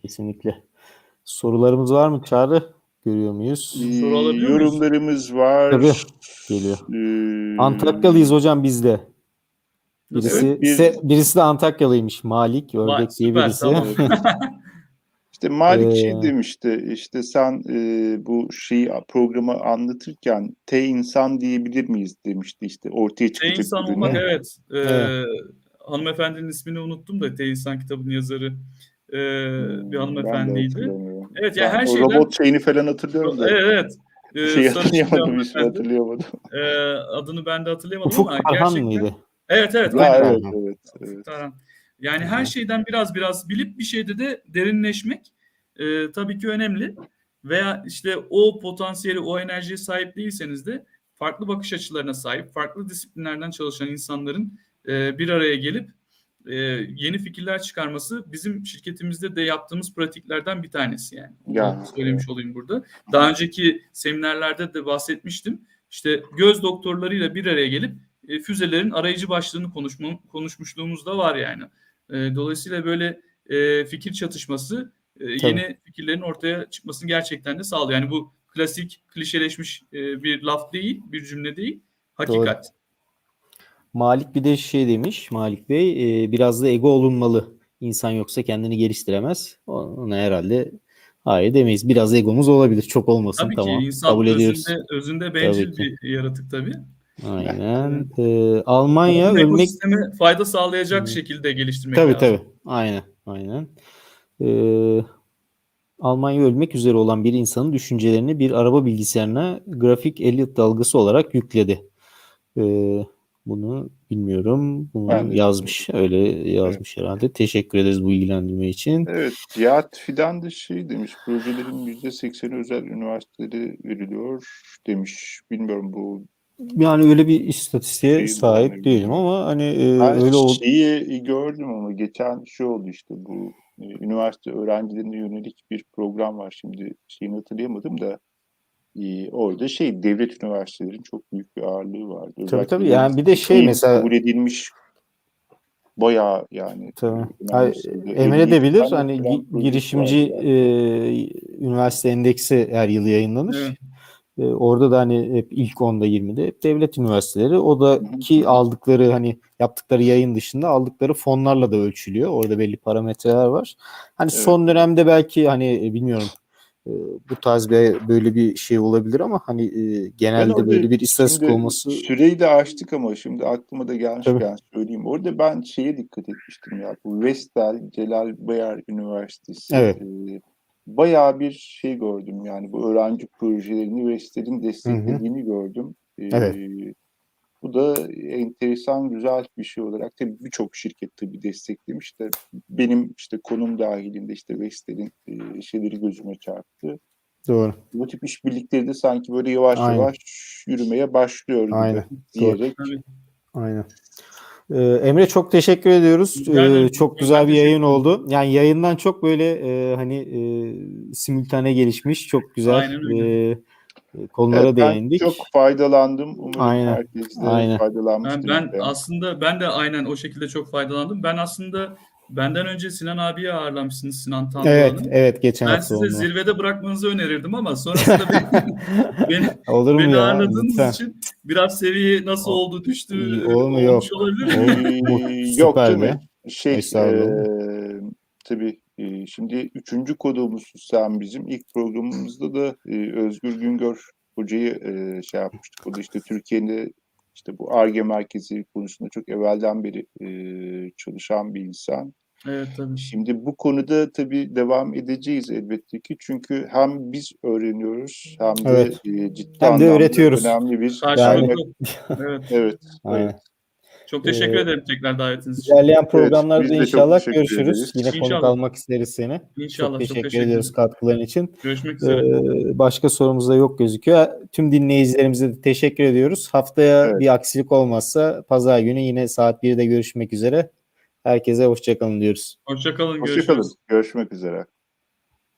A: Kesinlikle. Sorularımız var mı Çağrı? Görüyor muyuz?
B: Ee,
C: Soru alabiliyor muyuz?
B: yorumlarımız var.
A: Tabii. Geliyor.
B: Ee,
A: Antakyalıyız hocam biz de. Birisi,
B: Evet, bir-
A: se- birisi de Antakyalıymış. Malik
C: Vay,
A: Ördek diye
C: süper,
A: birisi.
C: tamam.
B: İşte Malik şey
A: Ee,
B: demişti, işte sen e, bu şeyi programı anlatırken T insan diyebilir miyiz demişti, işte ortaya
C: T
B: çıkacak
C: insan
B: ürünü.
C: olmak, evet. Ee,
A: Evet.
C: Hanımefendinin ismini unuttum da T insan kitabının yazarı ee,
B: Hmm,
C: bir
B: ben de
C: hanımefendiydi.
B: hatırlamıyorum.
C: Evet, yani
B: Ben
C: her
B: o
C: şeyden-
B: robot şeyini falan hatırlıyorum da
C: Evet, evet. Ee,
B: şeyi
C: sarışın bir
B: hatırlayamadım, ismi
C: hanımefendi.
B: hatırlayamadım.
C: Ee, adını ben de hatırlayamadım
A: Ufuk
C: ama
A: Tarhan
C: gerçekten.
A: mıydı?
C: Evet, evet,
B: Ya
C: aynen.
B: evet,
A: Aha.
B: evet,
C: Ufuk
B: evet.
C: Tarhan. Yani
A: Hı
C: her
A: hı.
C: şeyden biraz biraz bilip bir şeyde de derinleşmek e, tabii ki önemli. Veya işte o potansiyeli, o enerjiye sahip değilseniz de farklı bakış açılarına sahip, farklı disiplinlerden çalışan insanların e, bir araya gelip e, yeni fikirler çıkarması bizim şirketimizde de yaptığımız pratiklerden bir tanesi yani. Onu
B: Ya,
C: da söylemiş olayım burada. Daha önceki seminerlerde de bahsetmiştim. İşte göz doktorlarıyla bir araya gelip e, füzelerin arayıcı başlığını konuşma, konuşmuşluğumuz da var yani. E, dolayısıyla böyle e, fikir çatışması e, yeni fikirlerin ortaya çıkmasını gerçekten de sağlıyor. Yani bu klasik klişeleşmiş e, bir laf değil, bir cümle değil. Hakikat.
A: Malik bir de şey demiş Malik Bey, e, biraz da ego olunmalı. İnsan yoksa kendini geliştiremez. Ona herhalde hayır demeyiz. Biraz egomuz olabilir. Çok olmasın,
C: Tabii
A: tamam.
C: ki insan
A: Kabul ediyoruz.
C: özünde özünde bencil
A: Tabii ki.
C: bir yaratık tabii.
A: Aynen. Ee, Almanya
C: Tüm
A: ölmek...
C: ekosisteme fayda sağlayacak
A: Hı.
C: şekilde geliştirmek
A: Tabii
C: lazım.
A: tabii. Aynen. Aynen. Ee, Almanya ölmek üzere olan bir insanın düşüncelerini bir araba bilgisayarına grafik Elliot dalgası olarak yükledi. Ee, bunu bilmiyorum. Bunu
B: Ben de
A: yazmış. Öyle yazmış herhalde. Teşekkür ederiz bu bilgilendirme için.
B: evet, Cihat Fidan da şey demiş, projelerin yüzde sekseni özel üniversitelere veriliyor demiş. Bilmiyorum bu
A: Yani öyle bir istatistiğe
B: şeyi
A: sahip
B: doğru
A: değilim
B: mu?
A: ama hani e,
B: Ben
A: öyle ol...
B: şeyi gördüm ama geçen şey oldu, işte bu e, üniversite öğrencilerine yönelik bir program var. Şimdi şeyini hatırlayamadım da e, orada şey, devlet üniversitelerin çok büyük bir ağırlığı vardı.
A: Tabii
B: Özellikle
A: tabii.
B: yeni
A: Yani bir de şey
B: tekniğin
A: mesela
B: kabul edilmiş bayağı yani e,
A: tabii.
B: önemli
A: Ay,
B: sayıda.
A: Emre de
B: elli yedi
A: bilir.
B: tane
A: Hani
B: falan
A: gi-
B: projesi vardı
A: girişimci
B: yani.
A: e, üniversite endeksi her yıl yayınlanır.
C: Evet.
A: E, orada da hani hep ilk onda yirmide hep devlet üniversiteleri. O da
B: Hı hı,
A: ki
B: hı hı.
A: aldıkları hani yaptıkları yayın dışında aldıkları fonlarla da ölçülüyor. Orada belli parametreler var. Hani
B: Evet.
A: son dönemde belki hani e, bilmiyorum e, bu tarz bir böyle bir şey olabilir ama hani e,
B: Ben
A: genelde
B: orada
A: böyle bir istatistik
B: şimdi
A: olması
B: süreyi de açtık ama şimdi aklıma da
A: tabii.
B: gelmişken söyleyeyim. Orada ben şeye dikkat etmiştim ya. Bu Vestel Celal Bayar Üniversitesi
A: Evet.
B: e, bayağı bir şey gördüm. Yani bu öğrenci projelerini Vestel'in
A: Hı hı.
B: desteklediğini gördüm. E,
A: Evet.
B: bu da enteresan, güzel bir şey olarak tabii birçok şirket tabii desteklemiş de benim işte konum dahilinde işte Vestel'in e, şeyleri gözüme çarptı.
A: Doğru.
B: Bu tip işbirlikleri de sanki böyle yavaş
A: Aynen.
B: yavaş yürümeye başlıyor gibi
A: Aynen. Doğru.
B: diyerek.
C: Tabii.
A: Aynen. Ee, Emre çok teşekkür ediyoruz.
C: Rica ederim.
A: Ee, çok
C: Ben
A: güzel bir
C: teşekkür
A: yayın
C: ederim.
A: oldu. Yani yayından çok böyle e, hani e, simultane gelişmiş, çok güzel
C: Aynen öyle.
A: e, e, konulara
B: Evet, ben
A: değindik.
B: çok faydalandım. Umarım
A: Aynen.
B: herkes de
A: Aynen.
C: Ben,
B: faydalanmıştır.
C: ben aslında ben de aynen o şekilde çok faydalandım. Ben aslında benden önce Sinan abiye ağırlamışsınız, Sinan
A: Evet,
C: Tandoğan'ı.
A: evet geçen
C: Ben
A: hafta
C: size
A: oldu.
C: zirvede bırakmanızı önerirdim ama sonrasında beni, beni,
A: Olur mu
C: beni
A: ya?
C: ağırladığınız
A: Lütfen.
C: için biraz seviye nasıl
A: O,
C: oldu, düştü,
A: olur mu?
C: olmuş
A: Yok.
C: olabilir.
A: O, bu
B: Ee, yok
A: süperdi.
B: canım. Şey,
A: Estağfurullah.
B: e, tabii e, şimdi üçüncü konuğumuzsun sen bizim. İlk programımızda da e, Özgür Güngör hocayı e, şey yapmıştık. O da işte Türkiye'de işte bu Ar-Ge merkezi konusunda çok evvelden beri e, çalışan bir insan.
C: Evet tabii.
B: Şimdi bu konuda tabii devam edeceğiz elbette ki. Çünkü hem biz öğreniyoruz hem de
A: Evet.
B: e, ciddi
A: Hem de
B: anlamda
A: öğretiyoruz.
B: önemli bir
A: Yani
B: kaynak.
C: Karşılıklı. Evet.
B: Evet,
A: aynen.
B: evet,
C: Çok
A: Ee,
C: teşekkür ederim tekrar davetiniz için.
A: ilerleyen
B: evet.
A: programlarda
B: Biz de çok
A: inşallah
B: teşekkür
A: görüşürüz.
B: ederiz.
A: Yine konuk
C: İnşallah.
A: almak isteriz seni. Çok
C: İnşallah. Çok
A: teşekkür
C: teşekkür
A: ediyoruz
C: ederim.
A: katkıların için.
C: Görüşmek
A: Ee,
C: üzere.
A: başka sorumuz da yok gözüküyor. Tüm dinleyicilerimize de teşekkür ediyoruz. Haftaya
B: Evet.
A: bir aksilik olmazsa pazar günü yine saat birde görüşmek üzere. Herkese hoşça kalın diyoruz.
C: Hoşça kalın.
B: Hoşça
C: Görüşürüz.
B: kalın. Görüşmek üzere.